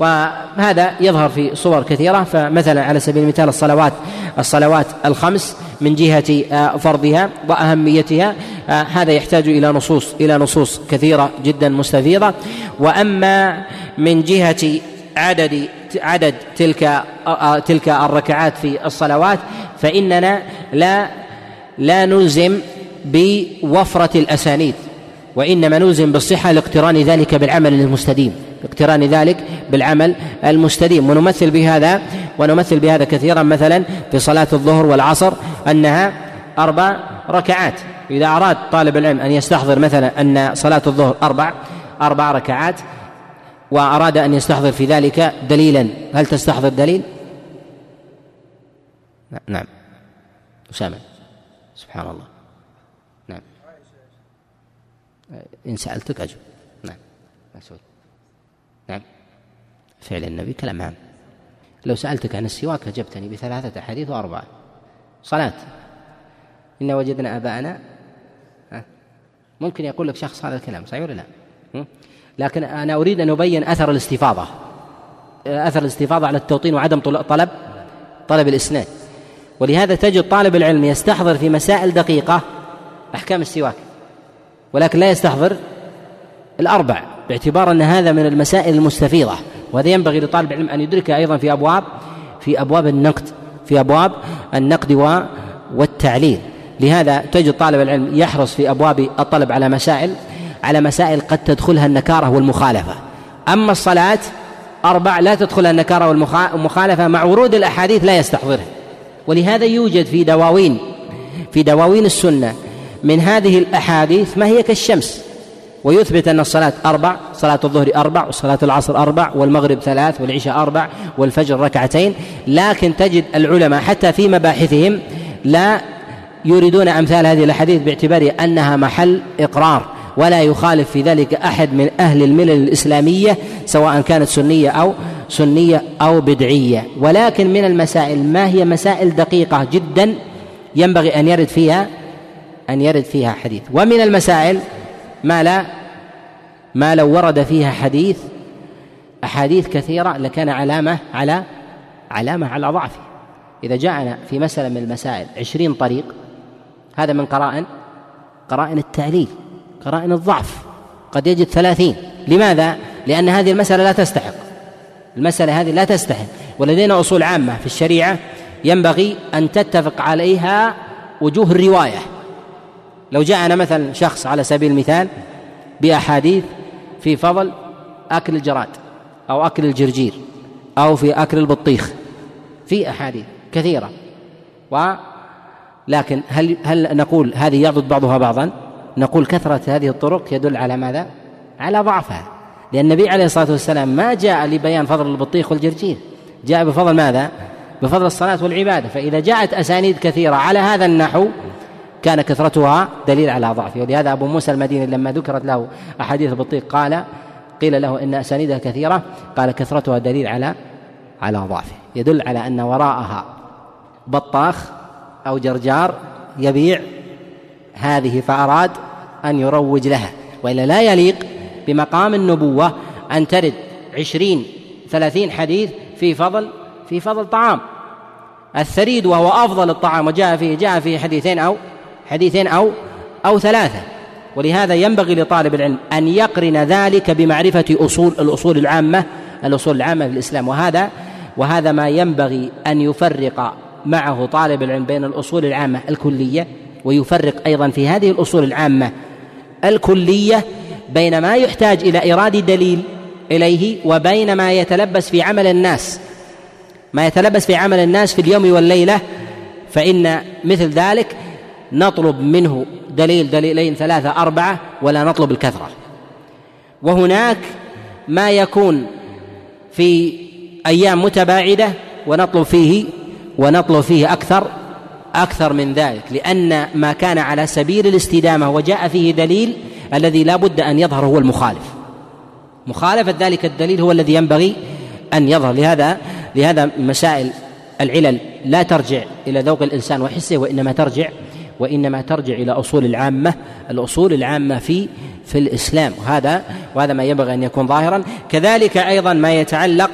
وهذا يظهر في صور كثيرة. فمثلا على سبيل المثال الصلوات الصلوات الخمس من جهة فرضها وأهميتها، هذا يحتاج إلى نصوص إلى نصوص كثيرة جدا مستفيضة. وأما من جهة عدد عدد تلك تلك الركعات في الصلوات فإننا لا لا نلزم بوفرة الأسانيد، وإنما نلزم بالصحة لاقتران ذلك بالعمل المستديم اقتران ذلك بالعمل المستديم ونمثل بهذا ونمثل بهذا كثيرا، مثلا في صلاة الظهر والعصر أنها أربع ركعات. إذا أراد طالب العلم أن يستحضر مثلا أن صلاة الظهر أربع أربع ركعات وأراد أن يستحضر في ذلك دليلا، هل تستحضر دليل؟ نعم. أسامة سبحان الله. نعم إن سألتك أجب. نعم مسؤول. نعم فعل النبي كلام عام. لو سألتك عن السواك أجبتني بثلاثة أحاديث وأربعة. صلاة إن وجدنا آباءنا، ممكن يقول لك شخص هذا الكلام صحيح ولا لا؟ لكن أنا أريد أن أبين أثر الاستفاضة أثر الاستفاضة على التوطين وعدم طلب طلب الإسناد. ولهذا تجد طالب العلم يستحضر في مسائل دقيقة أحكام السواك ولكن لا يستحضر الأربع، باعتبار أن هذا من المسائل المستفيضة وهذا ينبغي لطالب العلم أن يدركه أيضا في أبواب في أبواب النقد في أبواب النقد والتعليل. لهذا تجد طالب العلم يحرص في أبواب الطلب على مسائل على مسائل قد تدخلها النكارة والمخالفة. أما الصلاة أربع لا تدخلها النكارة والمخالفة مع ورود الأحاديث لا يستحضرها. ولهذا يوجد في دواوين في دواوين السنة من هذه الأحاديث ما هي كالشمس، ويثبت أن الصلاة أربع، صلاة الظهر أربع، وصلاة العصر أربع، والمغرب ثلاث، والعشاء أربع، والفجر ركعتين. لكن تجد العلماء حتى في مباحثهم لا يريدون أمثال هذه الأحاديث باعتبار أنها محل إقرار، ولا يخالف في ذلك أحد من أهل الملل الإسلامية سواء كانت سنية أو سنية أو بدعية. ولكن من المسائل ما هي مسائل دقيقة جدا ينبغي أن يرد فيها أن يرد فيها حديث. ومن المسائل ما لا ما لو ورد فيها حديث أحاديث كثيرة لكان علامة على علامة على ضعفه. إذا جاءنا في مسألة من المسائل عشرين طريق، هذا من قرائن قرائن التعليل، قرائن الضعف، قد يجد ثلاثين. لماذا؟ لأن هذه المسألة لا تستحق المسألة هذه لا تستحق. ولدينا أصول عامة في الشريعة ينبغي أن تتفق عليها وجوه الرواية. لو جاءنا مثلا شخص على سبيل المثال بأحاديث في فضل أكل الجراد أو أكل الجرجير أو في أكل البطيخ، في أحاديث كثيرة، ولكن هل هل نقول هذه يعضد بعضها بعضا؟ نقول كثرة هذه الطرق يدل على ماذا؟ على ضعفها، لأن النبي عليه الصلاة والسلام ما جاء لبيان فضل البطيخ والجرجير، جاء بفضل ماذا؟ بفضل الصلاة والعبادة. فإذا جاءت أسانيد كثيرة على هذا النحو كان كثرتها دليل على ضعفه. ولهذا أبو موسى المديني لما ذكرت له أحاديث البطيخ قال قيل له إن أسانيدها كثيرة، قال كثرتها دليل على على ضعفه، يدل على أن وراءها بطاخ أو جرجار يبيع هذه فأراد أن يروج لها. وإلا لا يليق بمقام النبوة أن ترد عشرين ثلاثين حديث في فضل في فضل طعام الثريد وهو أفضل الطعام، وجاء فيه جاء فيه حديثين أو حديثين أو أو ثلاثة. ولهذا ينبغي لطالب العلم أن يقرن ذلك بمعرفة أصول الأصول العامة الأصول العامة في الإسلام. وهذا وهذا ما ينبغي أن يفرق معه طالب العلم بين الأصول العامة الكلية، ويفرق أيضا في هذه الأصول العامة الكلية بين ما يحتاج إلى إيراد دليل إليه وبين ما يتلبس في عمل الناس ما يتلبس في عمل الناس في اليوم والليلة. فإن مثل ذلك نطلب منه دليل دليلين ثلاثة أربعة ولا نطلب الكثرة. وهناك ما يكون في أيام متباعدة ونطلب فيه ونطلب فيه أكثر أكثر من ذلك، لأن ما كان على سبيل الاستدامة وجاء فيه دليل الذي لا بد أن يظهر هو المخالف. مخالفة ذلك الدليل هو الذي ينبغي أن يظهر. لهذا لهذا مسائل العلل لا ترجع إلى ذوق الإنسان وحسه، وإنما ترجع وإنما ترجع إلى أصول العامة الأصول العامة في في الإسلام. وهذا وهذا ما ينبغي أن يكون ظاهرا. كذلك أيضا ما يتعلق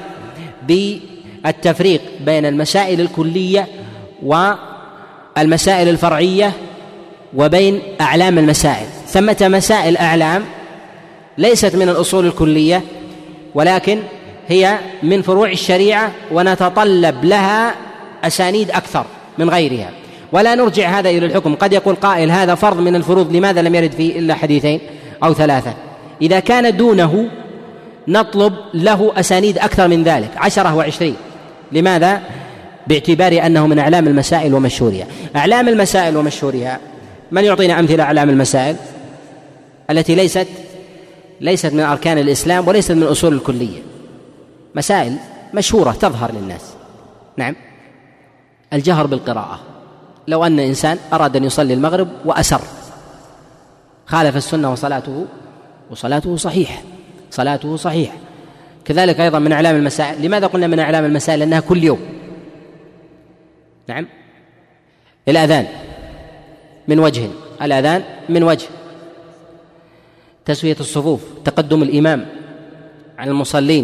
بالتفريق بين المسائل الكلية والمسائل الفرعية وبين أعلام المسائل. ثمة مسائل أعلام ليست من الأصول الكلية ولكن هي من فروع الشريعة ونتطلب لها أسانيد أكثر من غيرها، ولا نرجع هذا إلى الحكم. قد يقول قائل هذا فرض من الفروض، لماذا لم يرد فيه إلا حديثين أو ثلاثة؟ إذا كان دونه نطلب له أسانيد أكثر من ذلك عشرة وعشرين. لماذا؟ باعتبار أنه من أعلام المسائل ومشهورها. أعلام المسائل ومشهورها، من يعطينا أمثلة أعلام المسائل التي ليست ليست من أركان الإسلام وليست من الأصول الكلية؟ مسائل مشهورة تظهر للناس. نعم، الجهر بالقراءة. لو أن إنسان أراد أن يصلي المغرب وأسر خالف السنة وصلاته وصلاته صحيح صلاته صحيح. كذلك أيضا من أعلام المسائل. لماذا قلنا من أعلام المسائل؟ لأنها كل يوم. نعم، الأذان من وجه الأذان من وجه تسوية الصفوف، تقدم الإمام على المصلين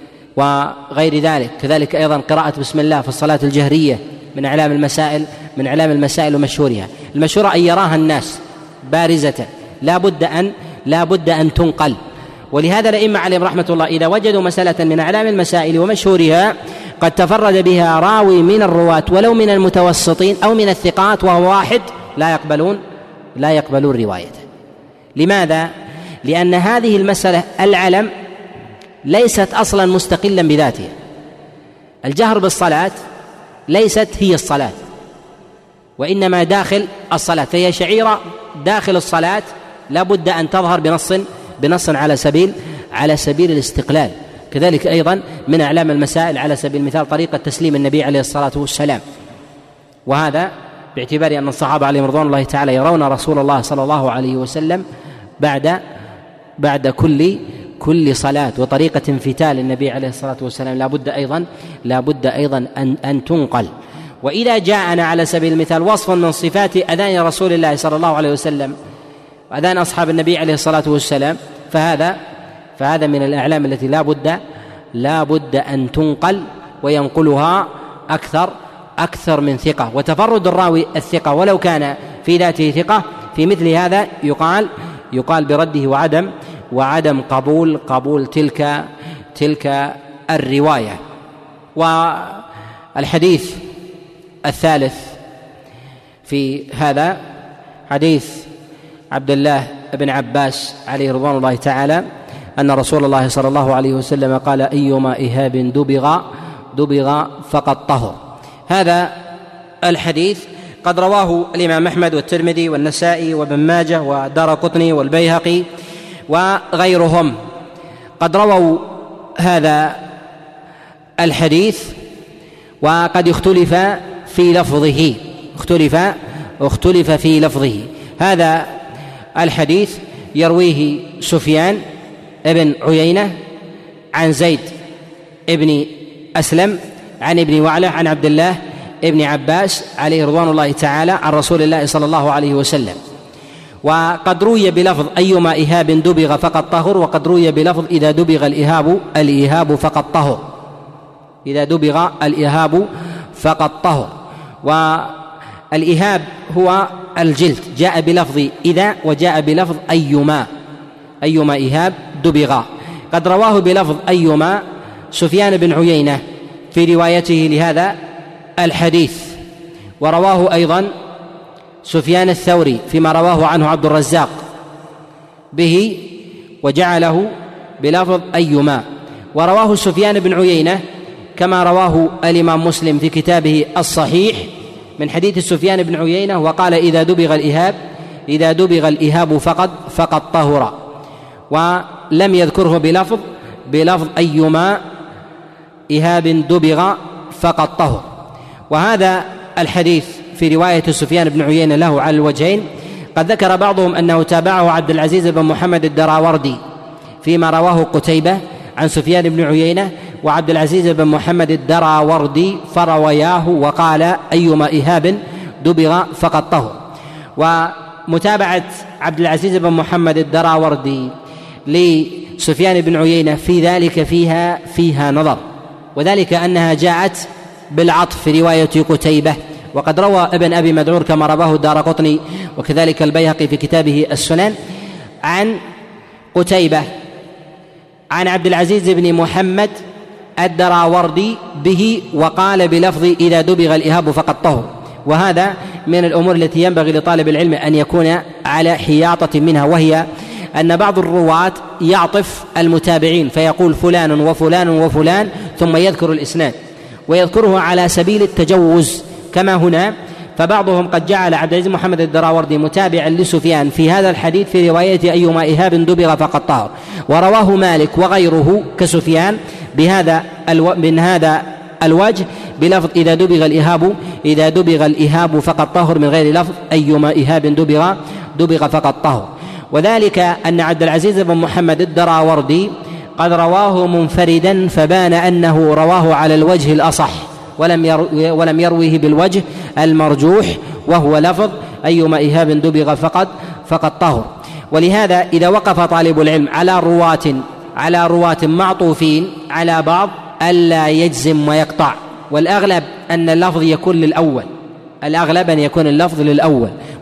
وغير ذلك. كذلك أيضا قراءة بسم الله في الصلاة الجهرية من أعلام المسائل من أعلام المسائل ومشهورها. المشهورة أن يراها الناس بارزة، لا بد أن لا بد أن تنقل. ولهذا الأئمة عليهم رحمة الله إذا وجدوا مسألة من أعلام المسائل ومشهورها قد تفرد بها راوي من الرواة ولو من المتوسطين أو من الثقات وهو واحد لا يقبلون لا يقبلون روايته. لماذا؟ لأن هذه المسألة العلم ليست أصلا مستقلا بذاتها. الجهر بالصلاة ليست هي الصلاة وإنما داخل الصلاة، فهي شعيرة داخل الصلاة لا بد أن تظهر بنص بنص على سبيل على سبيل الاستقلال. كذلك أيضا من أعلام المسائل على سبيل المثال طريقة تسليم النبي عليه الصلاة والسلام، وهذا باعتبار أن الصحابة عليهم رضوان الله تعالى يرون رسول الله صلى الله عليه وسلم بعد بعد كل كل صلاة، وطريقة انفتال النبي عليه الصلاة والسلام لا بد أيضا لا بد أيضا أن أن تنقل. وإذا جاءنا على سبيل المثال وصف من صفات أذان رسول الله صلى الله عليه وسلم وأذان أصحاب النبي عليه الصلاة والسلام فهذا فهذا من الأعلام التي لا بد لا بد أن تنقل وينقلها أكثر أكثر من ثقة. وتفرد الراوي الثقة ولو كان في ذاته ثقة في مثل هذا يقال يقال برده وعدم وعدم قبول قبول تلك تلك الرواية. والحديث الثالث في هذا حديث عبد الله بن عباس عليه رضوان الله تعالى أن رسول الله صلى الله عليه وسلم قال: أيما إهاب دبغ دبغ فقد طهر. هذا الحديث قد رواه الإمام أحمد والترمذي والنسائي وابن ماجه والدارقطني والبيهقي وغيرهم، قد رووا هذا الحديث وقد اختلف في لفظه اختلف اختلف في لفظه. هذا الحديث يرويه سفيان ابن عيينة عن زيد ابن أسلم عن ابن وعلة عن عبد الله ابن عباس عليه رضوان الله تعالى عن رسول الله صلى الله عليه وسلم. وقد روي بلفظ أيما إهاب دبغ فقد طهر، وقد روي بلفظ إذا دبغ الإهاب الإهاب فقد طهر إذا دبغ الإهاب فقد طهر. والإهاب هو الجلد، جاء بلفظ إذا وجاء بلفظ أيما أيما إهاب دبغ. قد رواه بلفظ أيما سفيان بن عيينة في روايته لهذا الحديث، ورواه أيضا سفيان الثوري فيما رواه عنه عبد الرزاق به وجعله بلفظ أيما، ورواه سفيان بن عيينة كما رواه الإمام مسلم في كتابه الصحيح من حديث سفيان بن عيينة وقال: إذا دبغ الإهاب إذا دبغ الإهاب فقد فقد طهر، ولم يذكره بلفظ بلفظ أيما إهاب دبغ فقد طهر. وهذا الحديث في رواية سفيان بن عيينة له على الوجهين. قد ذكر بعضهم أنه تابعه عبد العزيز بن محمد الدراوردي فيما رواه قتيبة عن سفيان بن عيينة وعبد العزيز بن محمد الدراوردي فروياه وقال: أيما إهاب دبغ فقد طهر. ومتابعة عبد العزيز بن محمد الدراوردي لسفيان بن عيينة في ذلك فيها فيها نظر، وذلك أنها جاءت بالعطف في رواية قتيبة. وقد روى ابن أبي مدعور كما رواه الدارقطني وكذلك البيهقي في كتابه السنن عن قتيبة عن عبد العزيز بن محمد الدراوردي به وقال بلفظ إذا دبغ الإهاب فقد طهر. وهذا من الأمور التي ينبغي لطالب العلم أن يكون على حياطة منها، وهي أن بعض الرواة يعطف المتابعين فيقول فلان وفلان وفلان ثم يذكر الإسناد ويذكره على سبيل التجوز كما هنا. فبعضهم قد جعل عبد العزيز محمد الدراوردي متابعا لسفيان في هذا الحديث في رواية أيما إهاب دبغ فقد طهر، ورواه مالك وغيره كسفيان بهذا الو... من هذا الوجه بلفظ إذا دبغ الإهاب إذا دبغ الإهاب فقد طهر من غير لفظ أيما إهاب دبغ دبغ فقد طهر. وذلك أن عبد العزيز بن محمد الدراوردي قد رواه منفردا فبان أنه رواه على الوجه الأصح ولم يروي ولم يرويه بالوجه المرجوح وهو لفظ أيما إهاب دبغ فقد فقد طهر. ولهذا إذا وقف طالب العلم على رواة على رواة معطوفين على بعض ألا يجزم ويقطع، والأغلب أن اللفظ يكون للأول الأغلب أن يكون اللفظ للأول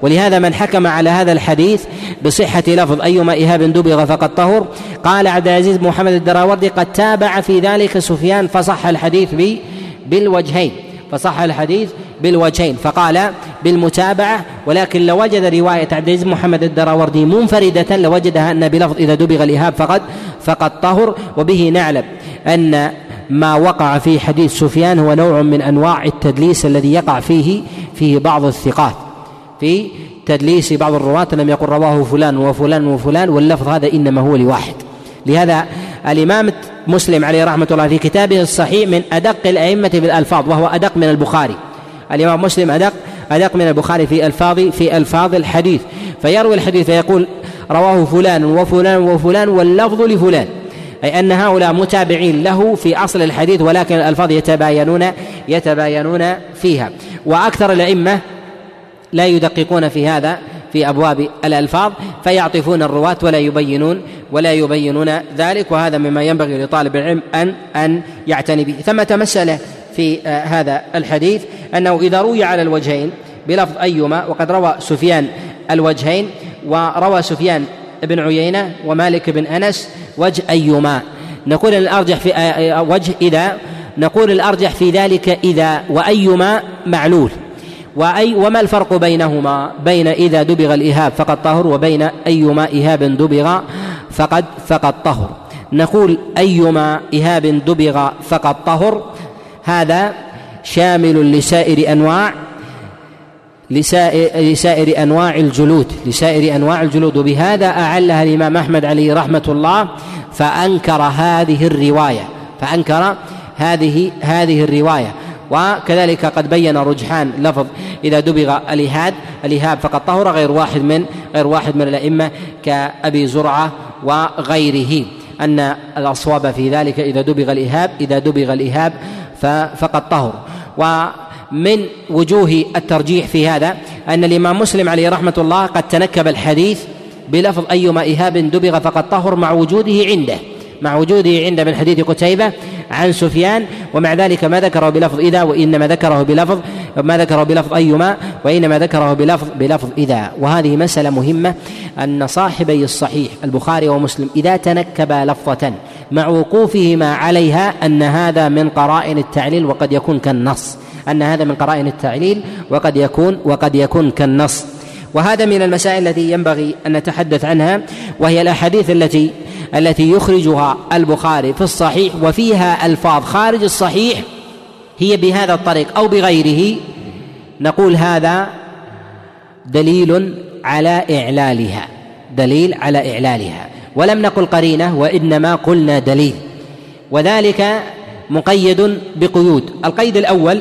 ولهذا من حكم على هذا الحديث بصحة لفظ أيما إهاب دبغ فقد طهر قال عبد العزيز بن محمد الدراوردي قد تابع في ذلك سفيان فصح الحديث بالوجهين فصح الحديث بالوجهين فقال بالمتابعة. ولكن لو وجد رواية عبد العزيز بن محمد الدراوردي منفردة لوجدها أن بلفظ إذا دبغ الإهاب فقد فقد طهر. وبه نعلم أن ما وقع في حديث سفيان هو نوع من أنواع التدليس الذي يقع فيه فيه بعض الثقات، في تدليس بعض الرواة لم يقل رواه فلان وفلان وفلان واللفظ هذا إنما هو لواحد. لهذا الإمام مسلم عليه رحمة الله في كتابه الصحيح من أدق الأئمة بالألفاظ، وهو أدق من البخاري. الإمام مسلم أدق أدق من البخاري في ألفاظ في ألفاظ الحديث، فيروي الحديث فيقول رواه فلان وفلان وفلان واللفظ لفلان، أي أن هؤلاء متابعين له في أصل الحديث ولكن الألفاظ يتباينون يتباينون فيها. وأكثر الأئمة لا يدققون في هذا في أبواب الألفاظ فيعطفون الرواة ولا يبينون ولا يبينون ذلك، وهذا مما ينبغي لطالب العلم أن أن يعتني به. ثمة مسألة في هذا الحديث أنه إذا روي على الوجهين بلفظ أيما، وقد روى سفيان الوجهين وروى سفيان بن عيينة ومالك بن أنس وجه أيما، نقول الأرجح في وجه إذا، نقول الأرجح في ذلك إذا وأيما معلول. وأي وما الفرق بينهما بين إذا دبغ الإهاب فقد طهر وبين أيما إهاب دبغ فقد فقد طهر؟ نقول أيما إهاب دبغ فقد طهر هذا شامل لسائر أنواع لسائر, لسائر أنواع الجلود لسائر أنواع الجلود وبهذا أعلها الإمام أحمد عليه رحمة الله فأنكر هذه الرواية فأنكر هذه هذه الرواية. وكذلك قد بين رجحان لفظ إذا دبغ الإهاب الإهاب فقد طهر غير واحد من غير واحد من الأئمة كأبي زرعة وغيره أن الأصواب في ذلك إذا دبغ الإهاب إذا دبغ الإهاب فقد طهر. ومن وجوه الترجيح في هذا أن الإمام مسلم عليه رحمة الله قد تنكب الحديث بلفظ أيما إهاب دبغ فقد طهر مع وجوده عنده مع وجوده عنده من حديث قتيبة عن سفيان، ومع ذلك ما ذكره بلفظ إذا وإنما ذكره بلفظ ما ذكره بلفظ أيما وإنما ذكره بلفظ بلفظ إذا. وهذه مسألة مهمة أن صاحبي الصحيح البخاري ومسلم إذا تنكبا لفظة مع وقوفهما عليها أن هذا من قرائن التعليل وقد يكون كالنص أن هذا من قرائن التعليل وقد يكون وقد يكون كالنص. وهذا من المسائل التي ينبغي أن نتحدث عنها، وهي الأحاديث التي التي يخرجها البخاري في الصحيح وفيها ألفاظ خارج الصحيح هي بهذا الطريق أو بغيره، نقول هذا دليل على إعلالها دليل على إعلالها ولم نقل قرينة وإنما قلنا دليل، وذلك مقيد بقيود. القيد الأول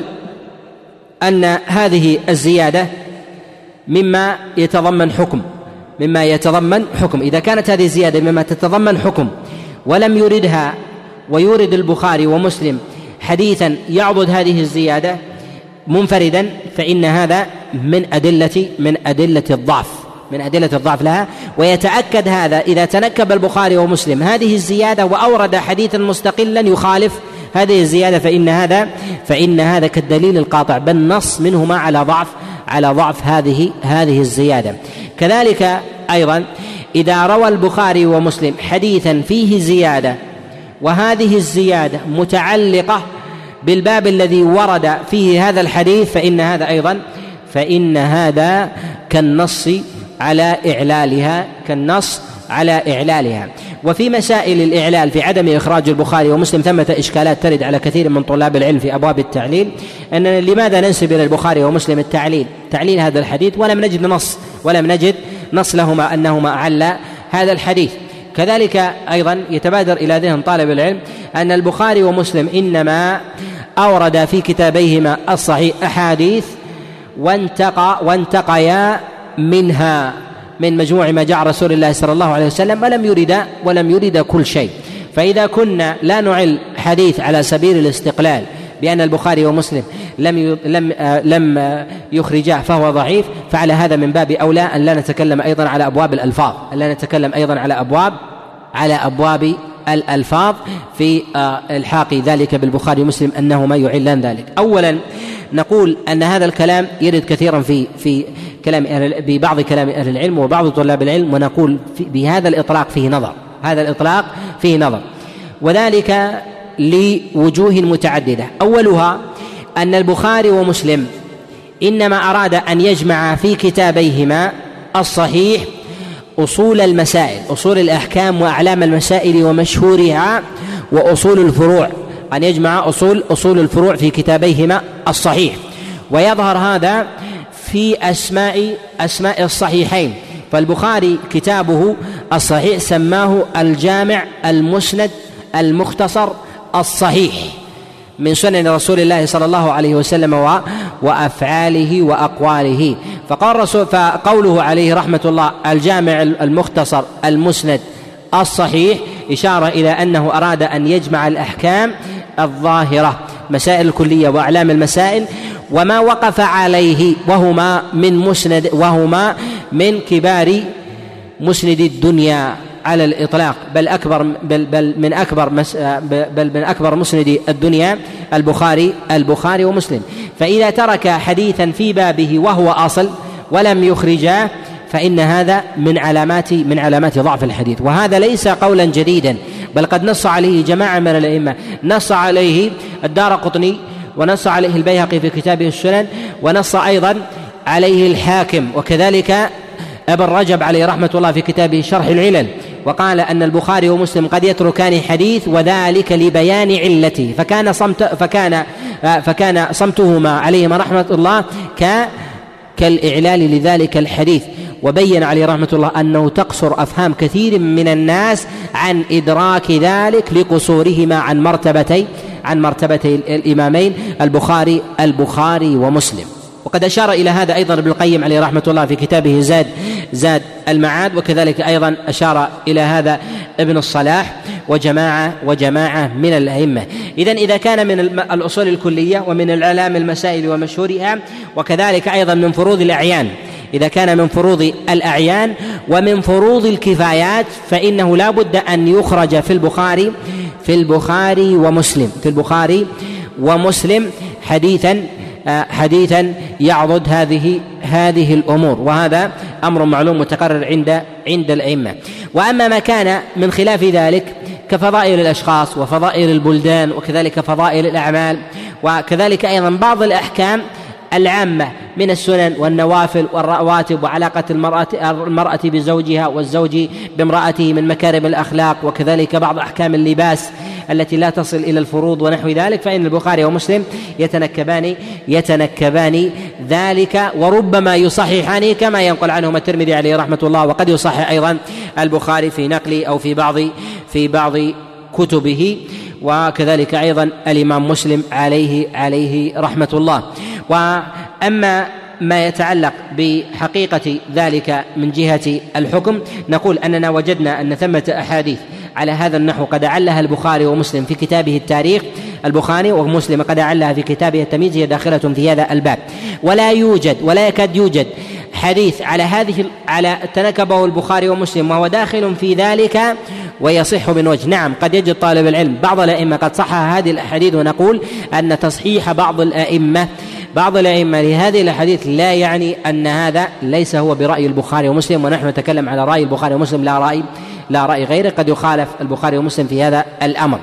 أن هذه الزيادة مما يتضمن حكم مما يتضمن حكم إذا كانت هذه الزيادة مما تتضمن حكم ولم يردها ويورد البخاري ومسلم حديثا يعضد هذه الزيادة منفردا فإن هذا من أدلة من أدلة الضعف من أدلة الضعف لها. ويتأكد هذا إذا تنكب البخاري ومسلم هذه الزيادة وأورد حديثا مستقلا يخالف هذه الزيادة فإن هذا فإن هذا كالدليل القاطع بل نص منهما على ضعف على ضعف هذه هذه الزيادة. كذلك أيضا إذا روى البخاري ومسلم حديثا فيه زيادة وهذه الزيادة متعلقة بالباب الذي ورد فيه هذا الحديث فإن هذا أيضا فإن هذا كالنص على إعلالها كالنص على إعلالها. وفي مسائل الإعلال في عدم إخراج البخاري ومسلم ثمة إشكالات ترد على كثير من طلاب العلم في أبواب التعليل، أن لماذا ننسب إلى البخاري ومسلم التعليل تعليل هذا الحديث ولم نجد نص ولم نجد نص لهما أنهما أعلا هذا الحديث. كذلك أيضا يتبادر إلى ذهن طالب العلم أن البخاري ومسلم إنما أورد في كتابيهما الصحيح أحاديث وانتقى وانتقيا منها من مجموع ما جاء رسول الله صلى الله عليه وسلم ولم يرد ولم يرد كل شيء. فإذا كنا لا نعل حديث على سبيل الاستقلال بأن البخاري ومسلم لم لم لم يخرجاه فهو ضعيف، فعلى هذا من باب أولى أن لا نتكلم أيضا على أبواب الألفاظ أن لا نتكلم أيضا على أبواب على أبواب الألفاظ في الحاق ذلك بالبخاري ومسلم أنهما يعلان ذلك. أولا نقول أن هذا الكلام يرد كثيرا في في كلام أهل ببعض كلام أهل العلم وبعض طلاب العلم، ونقول بهذا الإطلاق فيه نظر، هذا الإطلاق فيه نظر، وذلك لوجوه متعددة. أولها أن البخاري ومسلم إنما أراد أن يجمع في كتابيهما الصحيح أصول المسائل، أصول الأحكام وأعلام المسائل ومشهورها وأصول الفروع، أن يجمع أصول أصول الفروع في كتابيهما الصحيح. ويظهر هذا في أسماء أسماء الصحيحين، فالبخاري كتابه الصحيح سماه الجامع المسند المختصر الصحيح من سنن رسول الله صلى الله عليه وسلم وأفعاله وأقواله. فقال رسول فقوله عليه رحمة الله الجامع المختصر المسند الصحيح إشارة إلى أنه أراد أن يجمع الأحكام الظاهرة، مسائل الكلية وأعلام المسائل وما وقف عليه، وهما من مسند وهما من كبار مسند الدنيا على الإطلاق، بل أكبر بل بل من أكبر مس بل من أكبر مسند الدنيا البخاري البخاري ومسلم. فإذا ترك حديثا في بابه وهو أصل ولم يخرجاه فإن هذا من علامات من علامات ضعف الحديث، وهذا ليس قولا جديدا، بل قد نص عليه جماعة من الأئمة، نص عليه الدارقطني ونص عليه البيهقي في كتابه السنن، ونص أيضا عليه الحاكم، وكذلك ابن رجب عليه رحمة الله في كتابه شرح العلل، وقال أن البخاري ومسلم قد يتركان حديث وذلك لبيان علته، فكان صمت فكان فكان صمتهما عليهما رحمة الله ك كالإعلال لذلك الحديث. وبين عليه رحمة الله أنه تقصر أفهام كثير من الناس عن إدراك ذلك لقصورهما عن مرتبتي عن مرتبتي الإمامين البخاري البخاري ومسلم. وقد أشار إلى هذا أيضا ابن القيم عليه رحمة الله في كتابه زاد زاد المعاد، وكذلك أيضا أشار إلى هذا ابن الصلاح وجماعة وجماعة من الأئمة. إذن إذا كان من الأصول الكلية ومن العلام المسائل ومشهورها، وكذلك أيضا من فروض الأعيان، إذا كان من فروض الأعيان ومن فروض الكفايات فإنه لا بد أن يخرج في البخاري في البخاري ومسلم في البخاري ومسلم حديثا حديثا يعضد هذه هذه الأمور، وهذا أمر معلوم متقرر عند عند الأئمة. وأما ما كان من خلاف ذلك كفضائل الأشخاص وفضائل البلدان وكذلك فضائل الأعمال وكذلك أيضا بعض الأحكام العامة من السنن والنوافل والرواتب وعلاقة المرأة المرأة بزوجها والزوج بامرأته من مكارم الأخلاق، وكذلك بعض أحكام اللباس التي لا تصل إلى الفروض ونحو ذلك، فإن البخاري ومسلم يتنكبان يتنكبان ذلك، وربما يصححان كما ينقل عنهما الترمذي عليه رحمة الله، وقد يصحح أيضا البخاري في نقل أو في بعض في بعض كتبه، وكذلك أيضا الإمام مسلم عليه عليه رحمة الله. وأما ما يتعلق بحقيقة ذلك من جهة الحكم، نقول أننا وجدنا أن ثمة أحاديث على هذا النحو قد أعلها البخاري ومسلم في كتابه التاريخ، البخاري ومسلم قد أعلها في كتابه التمييز، هي داخلة في هذا الباب، ولا يوجد ولا يكاد يوجد حديث على هذه على تنكبه البخاري ومسلم وهو داخل في ذلك ويصح من وجه. نعم قد يجد طالب العلم بعض الأئمة قد صحح هذه الأحاديث، ونقول أن تصحيح بعض الأئمة بعض الأئمة لهذه الأحاديث لا يعني أن هذا ليس هو برأي البخاري ومسلم، ونحن نتكلم على رأي البخاري ومسلم لا رأي لا رأي غيره، قد يخالف البخاري ومسلم في هذا الأمر.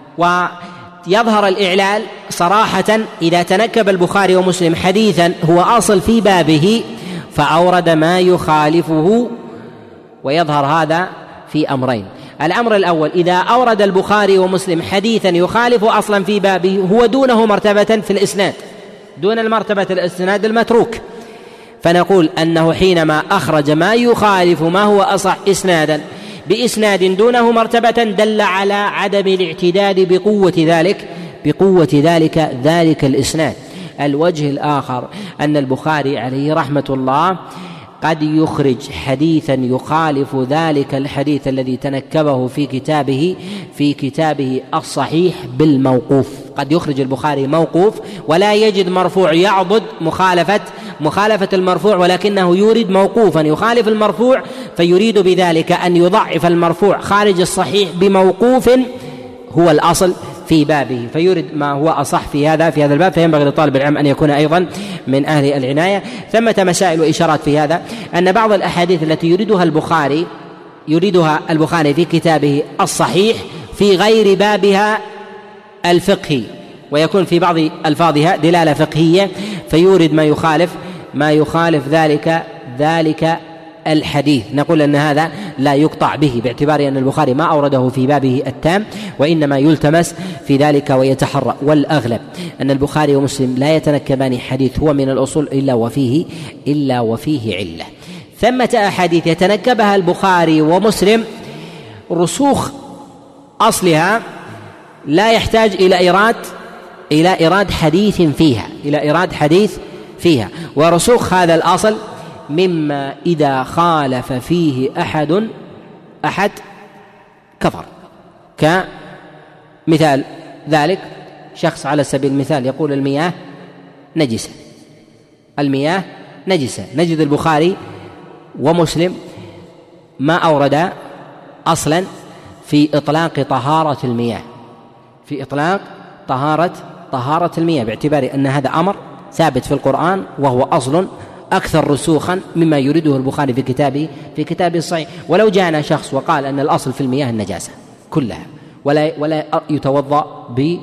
ويظهر الإعلال صراحة إذا تنكب البخاري ومسلم حديثا هو أصل في بابه فأورد ما يخالفه، ويظهر هذا في أمرين: الأمر الأول إذا أورد البخاري ومسلم حديثا يخالف أصلا في بابه هو دونه مرتبة في الإسناد، دون المرتبة الإسناد المتروك، فنقول أنه حينما أخرج ما يخالف ما هو أصح إسنادا بإسناد دونه مرتبة دل على عدم الاعتداد بقوة ذلك بقوة ذلك ذلك الإسناد. الوجه الآخر أن البخاري عليه رحمة الله قد يخرج حديثا يخالف ذلك الحديث الذي تنكبه في كتابه في كتابه الصحيح بالموقوف، قد يخرج البخاري موقوف ولا يجد مرفوع يعضد مخالفة مخالفة المرفوع، ولكنه يورد موقوفا يخالف المرفوع، فيريد بذلك أن يضعف المرفوع خارج الصحيح بموقوف هو الأصل في بابه، فيورد ما هو أصح في هذا في هذا الباب، فينبغي لطالب العلم أن يكون أيضا من أهل العناية. ثمة مسائل وإشارات في هذا، أن بعض الأحاديث التي يريدها البخاري يريدها البخاري في كتابه الصحيح في غير بابها الفقهي، ويكون في بعض ألفاظها دلالة فقهية، فيورد ما يخالف ما يخالف ذلك ذلك الحديث. نقول أن هذا لا يقطع به، باعتبار أن البخاري ما أورده في بابه التام، وإنما يلتمس في ذلك ويتحرى. والأغلب أن البخاري ومسلم لا يتنكبان حديث هو من الأصول إلا وفيه إلا وفيه علة. ثمة أحاديث يتنكبها البخاري ومسلم رسوخ أصلها لا يحتاج إلى إيراد إلى إيراد حديث فيها إلى إيراد حديث فيها ورسوخ هذا الأصل مما إذا خالف فيه أحد أحد كفر. كمثال ذلك شخص على سبيل المثال يقول المياه نجسة المياه نجسة نجد البخاري ومسلم ما أورد أصلا في إطلاق طهارة المياه في إطلاق طهارة طهارة المياه باعتبار أن هذا أمر ثابت في القرآن وهو أصل أكثر رسوخا مما يريده البخاري في كتابه في كتابه الصحيح. ولو جاءنا شخص وقال أن الأصل في المياه النجاسة كلها ولا ولا يتوضأ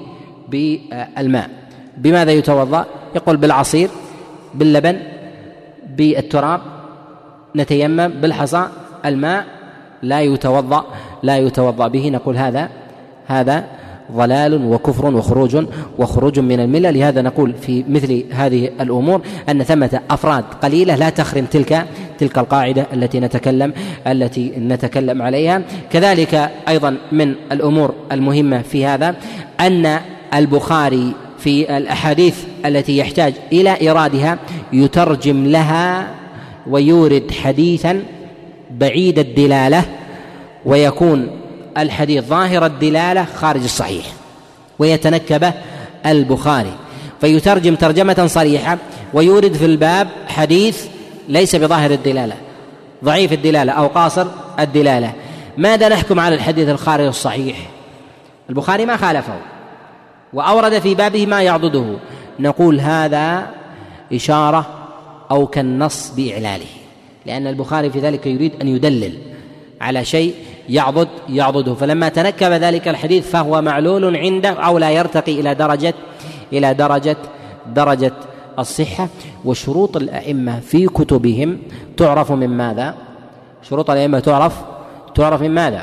بالماء، بماذا يتوضأ؟ يقول بالعصير، باللبن، بالتراب، نتيمم، بالحصى، الماء لا يتوضأ لا يتوضأ به. نقول هذا هذا ضلال وكفر وخروج وخروج من الملة. لهذا نقول في مثل هذه الأمور أن ثمة أفراد قليلة لا تخرم تلك تلك القاعدة التي نتكلم التي نتكلم عليها. كذلك أيضا من الأمور المهمة في هذا أن البخاري في الأحاديث التي يحتاج إلى إيرادها يترجم لها ويورد حديثا بعيد الدلالة، ويكون الحديث ظاهر الدلالة خارج الصحيح، ويتنكبه البخاري فيترجم ترجمة صريحة ويورد في الباب حديث ليس بظاهر الدلالة، ضعيف الدلالة أو قاصر الدلالة. ماذا نحكم على الحديث الخارج الصحيح؟ البخاري ما خالفه وأورد في بابه ما يعضده، نقول هذا إشارة أو كالنص بإعلاله، لأن البخاري في ذلك يريد أن يدلل على شيء يعضد يعضده، فلما تنكب ذلك الحديث فهو معلول عنده أو لا يرتقي إلى درجة إلى درجة درجة الصحة. وشروط الأئمة في كتبهم تعرف من ماذا؟ شروط الأئمة تعرف تعرف من ماذا؟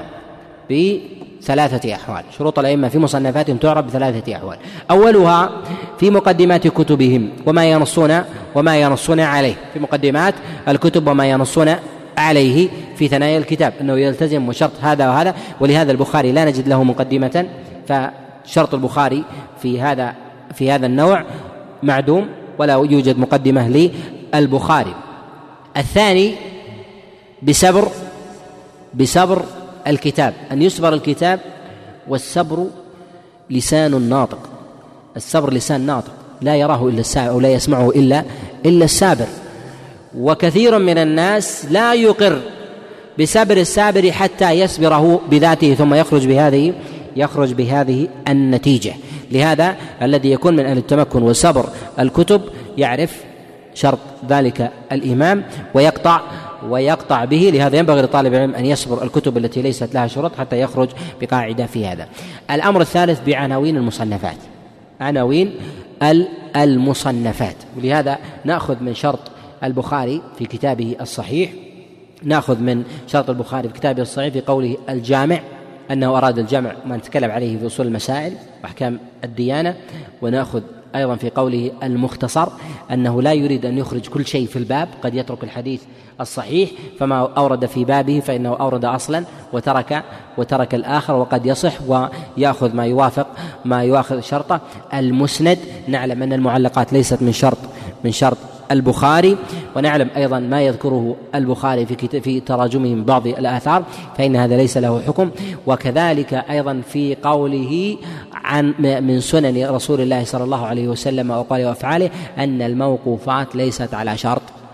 بثلاثة أحوال. شروط الأئمة في مصنفاتهم تعرف بثلاثة أحوال. أولها في مقدمات كتبهم وما ينصون وما ينصون عليه، في مقدمات الكتب وما ينصون عليه في ثنايا الكتاب، أنه يلتزم شرط هذا وهذا. ولهذا البخاري لا نجد له مقدمة، فشرط البخاري في هذا في هذا النوع معدوم ولا يوجد مقدمة للبخاري. الثاني بسبر بسبر الكتاب، أن يسبر الكتاب، والسبر لسان الناطق، السبر لسان ناطق لا يراه إلا السابر أو لا يسمعه إلا إلا السابر. وكثير من الناس لا يقر بسبر السابر حتى يسبره بذاته ثم يخرج بهذه يخرج بهذه النتيجة. لهذا الذي يكون من أهل التمكن وسبر الكتب يعرف شرط ذلك الإمام ويقطع ويقطع به. لهذا ينبغي لطالب العلم أن يصبر الكتب التي ليست لها شروط حتى يخرج بقاعدة في هذا. الأمر الثالث بعناوين المصنفات، عناوين المصنفات. ولهذا نأخذ من شرط البخاري في كتابه الصحيح، نأخذ من شرط البخاري في كتابه الصحيح في قوله الجامع، أنه أراد الجمع ما نتكلم عليه في أصول المسائل وأحكام الديانة. ونأخذ أيضا في قوله المختصر، أنه لا يريد أن يخرج كل شيء في الباب، قد يترك الحديث الصحيح فما أورد في بابه فإنه أورد أصلا وترك وترك الآخر، وقد يصح ويأخذ ما يوافق ما يوافق شرطه. المسند، نعلم أن المعلقات ليست من شرط من شرط البخاري، ونعلم أيضا ما يذكره البخاري في في تراجمهم بعض الآثار فإن هذا ليس له حكم. وكذلك أيضا في قوله عن من سنن رسول الله صلى الله عليه وسلم وقاله وأفعاله أن الموقوفات ليست على شرط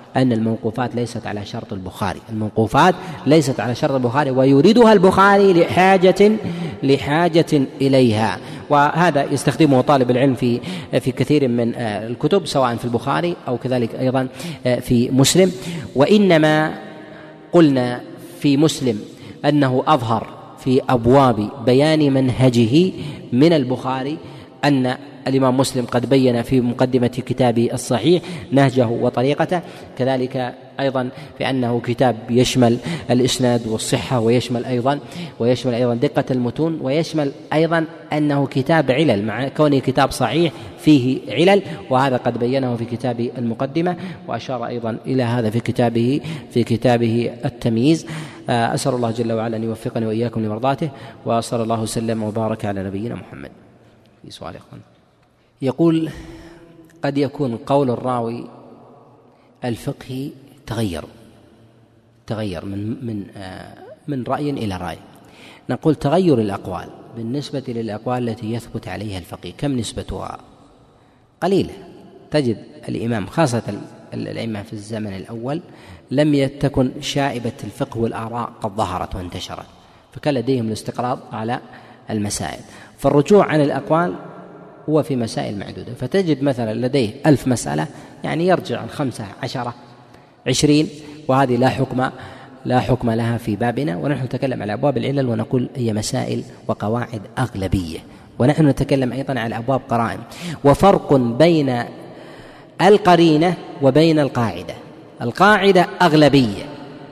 أن الموقوفات ليست على شرط البخاري، الموقوفات ليست على شرط البخاري ويريدها البخاري لحاجة لحاجة إليها، وهذا يستخدمه طالب العلم في في كثير من الكتب سواء في البخاري أو كذلك أيضا في مسلم. وإنما قلنا في مسلم أنه أظهر في أبواب بيان منهجه من البخاري، أن الإمام مسلم قد بين في مقدمة كتابه الصحيح نهجه وطريقته، كذلك أيضا في أنه كتاب يشمل الإسناد والصحة، ويشمل أيضا ويشمل أيضا دقة المتون، ويشمل أيضا أنه كتاب علل مع كونه كتاب صحيح فيه علل، وهذا قد بينه في كتاب المقدمة، وأشار أيضا إلى هذا في كتابه في كتابه التمييز. أسأل الله جل وعلا أن يوفقني وإياكم لمرضاته، وصلى الله وسلم وبارك على نبينا محمد. في سؤال يا أخوان. يقول: قد يكون قول الراوي الفقهي تغير تغير من من من رأي إلى رأي. نقول تغير الأقوال بالنسبة للأقوال التي يثبت عليها الفقيه كم نسبتها؟ قليلة. تجد الإمام خاصة الأئمة في الزمن الأول لم تكن شائبة الفقه والآراء قد ظهرت وانتشرت، فكان لديهم الاستقراض على المسائل، فالرجوع عن الأقوال هو في مسائل معدودة، فتجد مثلا لديه ألف مسألة يعني يرجع عن خمسة عشرة عشرين، وهذه لا حكم لا حكم لها في بابنا، ونحن نتكلم على أبواب العلل ونقول هي مسائل وقواعد أغلبية، ونحن نتكلم أيضا على أبواب قرائن. وفرق بين القرينة وبين القاعدة، القاعدة أغلبية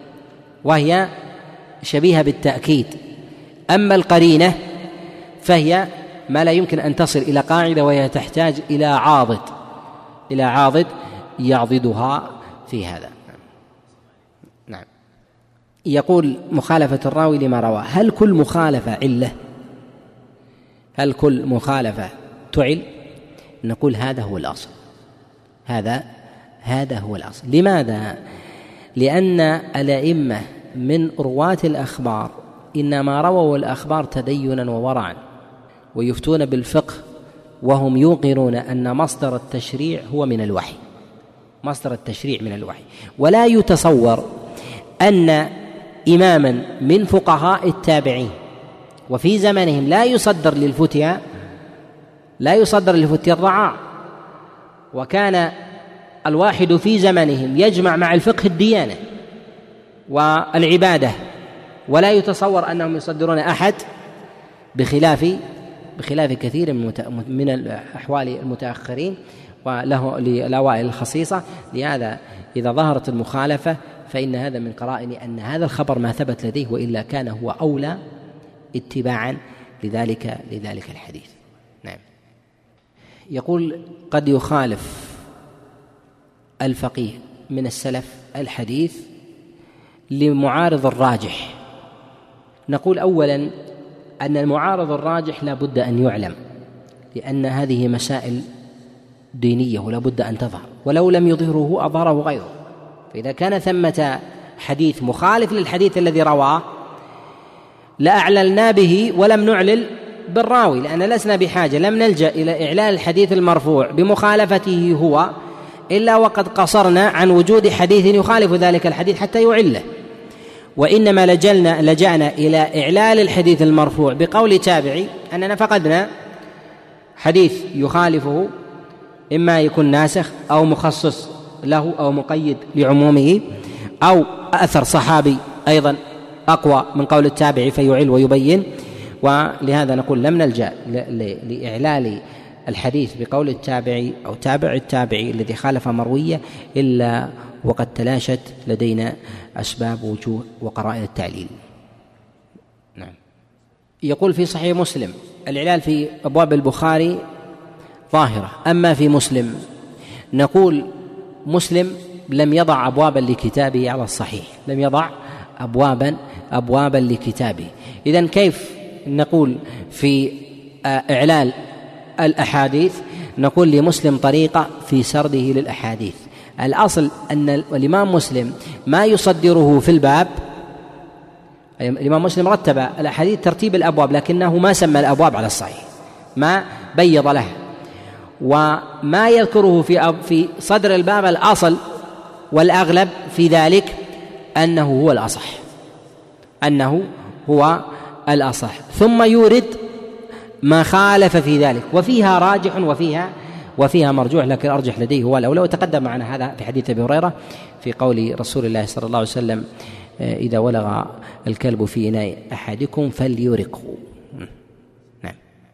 وهي شبيهة بالتأكيد، أما القرينة فهي ما لا يمكن أن تصل إلى قاعدة، وهي تحتاج إلى عاضد إلى عاضد يعضدها في هذا. نعم. يقول: مخالفة الراوي لما رواه، هل كل مخالفة علة؟ هل كل مخالفة تعل؟ نقول هذا هو الأصل، هذا هذا هو الأصل. لماذا؟ لأن الأئمة من رواة الأخبار إنما رووا الأخبار تدينا وورعا، ويفتون بالفقه وهم يوقنون أن مصدر التشريع هو من الوحي، مصدر التشريع من الوحي. ولا يتصور أن إماما من فقهاء التابعين وفي زمنهم لا يصدر للفتيا لا يصدر للفتيا الرعاع، وكان الواحد في زمنهم يجمع مع الفقه الديانة والعبادة، ولا يتصور أنهم يصدرون أحد بخلاف بخلاف كثير من الأحوال المتأخرين وله للأوائل الخصيصة. لهذا إذا ظهرت المخالفة فإن هذا من قرائن أن هذا الخبر ما ثبت لديه، وإلا كان هو أولى اتباعا لذلك لذلك الحديث. نعم. يقول: قد يخالف الفقيه من السلف الحديث لمعارض الراجح. نقول أولا أن المعارض الراجح لا بد أن يعلم، لأن هذه مسائل دينية ولا بد أن تظهر، ولو لم يظهره أظهره غيره. فإذا كان ثمة حديث مخالف للحديث الذي رواه لأعللنا به ولم نعلل بالراوي، لأن لسنا بحاجة، لم نلجأ إلى إعلال الحديث المرفوع بمخالفته هو إلا وقد قصرنا عن وجود حديث يخالف ذلك الحديث حتى يعله، وإنما لجلنا لجأنا إلى إعلال الحديث المرفوع بقول تابعي أننا فقدنا حديث يخالفه، إما يكون ناسخ أو مخصص له أو مقيد لعمومه، أو أثر صحابي أيضا أقوى من قول التابعي فيعل ويبين. ولهذا نقول لم نلجأ لإعلال الحديث بقول التابعي أو تابع التابعي الذي خالف مروية إلا وقد تلاشت لدينا أسباب وجوه وقرائن التعليل. نعم. يقول في صحيح مسلم: الإعلال في أبواب البخاري ظاهرة، أما في مسلم نقول مسلم لم يضع أبوابا لكتابه على الصحيح، لم يضع أبوابا أبوابا لكتابه. إذن كيف نقول في إعلال الأحاديث؟ نقول لمسلم طريقة في سرده للأحاديث. الأصل أن الإمام مسلم ما يصدره في الباب، الإمام مسلم رتب الأحاديث ترتيب الأبواب لكنه ما سمى الأبواب على الصحيح، ما بيض لها، وما يذكره في في صدر الباب الأصل والأغلب في ذلك أنه هو الأصح أنه هو الأصح ثم يورد ما خالف في ذلك، وفيها راجح وفيها وفيها مرجوح، لكن أرجح لديه هو الأولى. وتقدم معنا هذا في حديث أبي هريرة في قول رسول الله صلى الله عليه وسلم: إذا ولغ الكلب في إناء أحدكم فليرقه. نعم.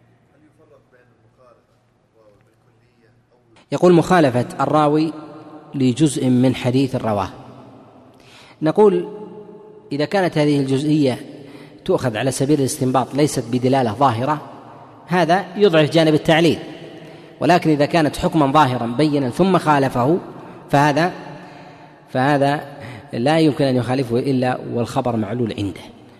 يقول: مخالفة الراوي لجزء من حديث رواه. نقول: إذا كانت هذه الجزئية تؤخذ على سبيل الاستنباط ليست بدلالة ظاهرة، هذا يضعف جانب التعليل، ولكن إذا كانت حكما ظاهرا بينا ثم خالفه فهذا فهذا لا يمكن أن يخالفه إلا والخبر معلول عنده.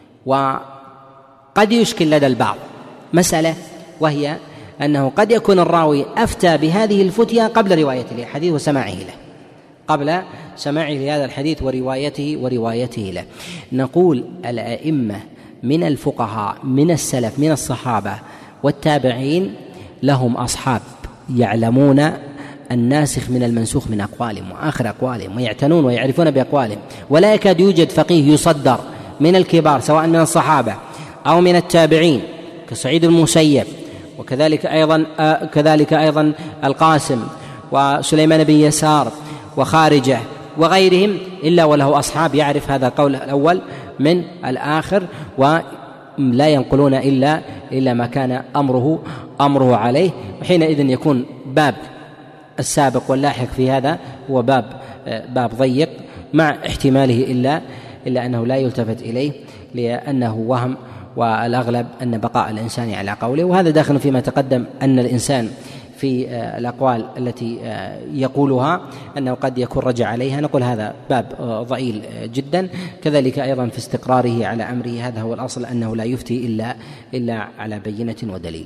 وقد يشكل لدى البعض مسألة، وهي أنه قد يكون الراوي أفتى بهذه الفتية قبل رواية الحديث وسماعه له قبل سماعه لهذا الحديث وروايته وروايته له. نقول: الأئمة من الفقهاء من السلف من الصحابة والتابعين لهم أصحاب يعلمون الناسخ من المنسوخ من أقوالهم وآخر أقوالهم، ويعتنون ويعرفون بأقوالهم، ولا يكاد يوجد فقيه يصدر من الكبار سواء من الصحابة أو من التابعين كسعيد المسيب، وكذلك أيضا آه كذلك أيضا القاسم وسليمان بن يسار وخارجة وغيرهم، إلا وله أصحاب يعرف هذا القول الأول من الآخر، ولا ينقلون إلا إلا ما كان أمره أمره عليه. وحينئذ يكون باب السابق واللاحق في هذا هو باب باب ضيق، مع احتماله إلا إلا أنه لا يلتفت إليه لأنه وهم، والأغلب أن بقاء الإنسان على قوله. وهذا داخل فيما تقدم أن الإنسان في الأقوال التي يقولها أنه قد يكون رجع عليها، نقول هذا باب ضئيل جدا. كذلك أيضا في استقراره على أمره، هذا هو الأصل أنه لا يفتي إلا إلا على بينة ودليل.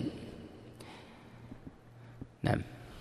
نعم.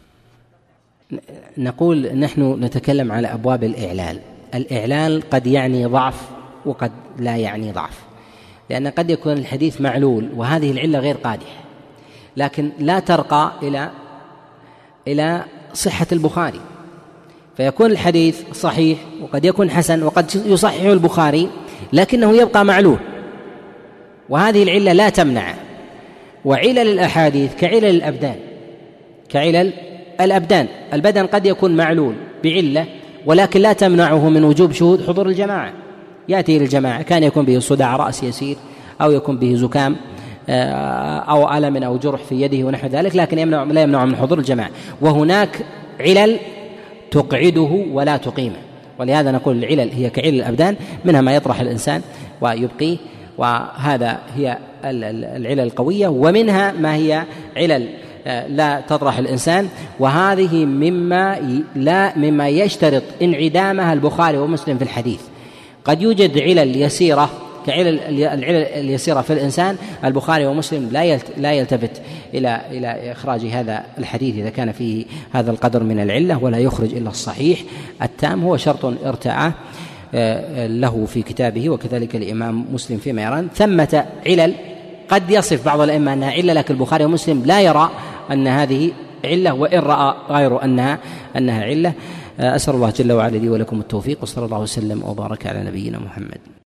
نقول: نحن نتكلم على أبواب الإعلال. الإعلال قد يعني ضعف وقد لا يعني ضعف، لأن قد يكون الحديث معلول وهذه العلة غير قادحة، لكن لا ترقى إلى إلى صحة البخاري، فيكون الحديث صحيح وقد يكون حسن وقد يصحح البخاري لكنه يبقى معلول، وهذه العلة لا تمنع. وعلل الأحاديث كعلل الأبدان كعلل الأبدان البدن قد يكون معلول بعلة ولكن لا تمنعه من وجوب شهود حضور الجماعة. يأتي للجماعة كان يكون به صداع رأس يسير أو يكون به زكام أو ألم أو جرح في يده ونحو ذلك، لكن يمنع لا يمنع من حضور الجماعة. وهناك علل تقعده ولا تقيمه، ولهذا نقول العلل هي كعلل الأبدان، منها ما يطرح الإنسان ويبقيه، وهذا هي العلل القوية، ومنها ما هي علل لا تطرح الإنسان، وهذه مما لا مما يشترط انعدامها البخاري ومسلم في الحديث. قد يوجد علل يسيرة كعلل العلل اليسيرة في الإنسان، البخاري ومسلم لا لا يلتفت إلى إلى إخراج هذا الحديث إذا كان فيه هذا القدر من العلة، ولا يخرج إلا الصحيح التام، هو شرط ارتعاه له في كتابه، وكذلك الإمام مسلم فيما يرى. ثمة علل قد يصف بعض الأئمة أنها علة، لكن البخاري ومسلم لا يرى أن هذه علة، وإن رأى غيره أنها أنها علة. أسأل الله جل وعلا لي ولكم التوفيق، وصلى الله وسلم وبارك على نبينا محمد.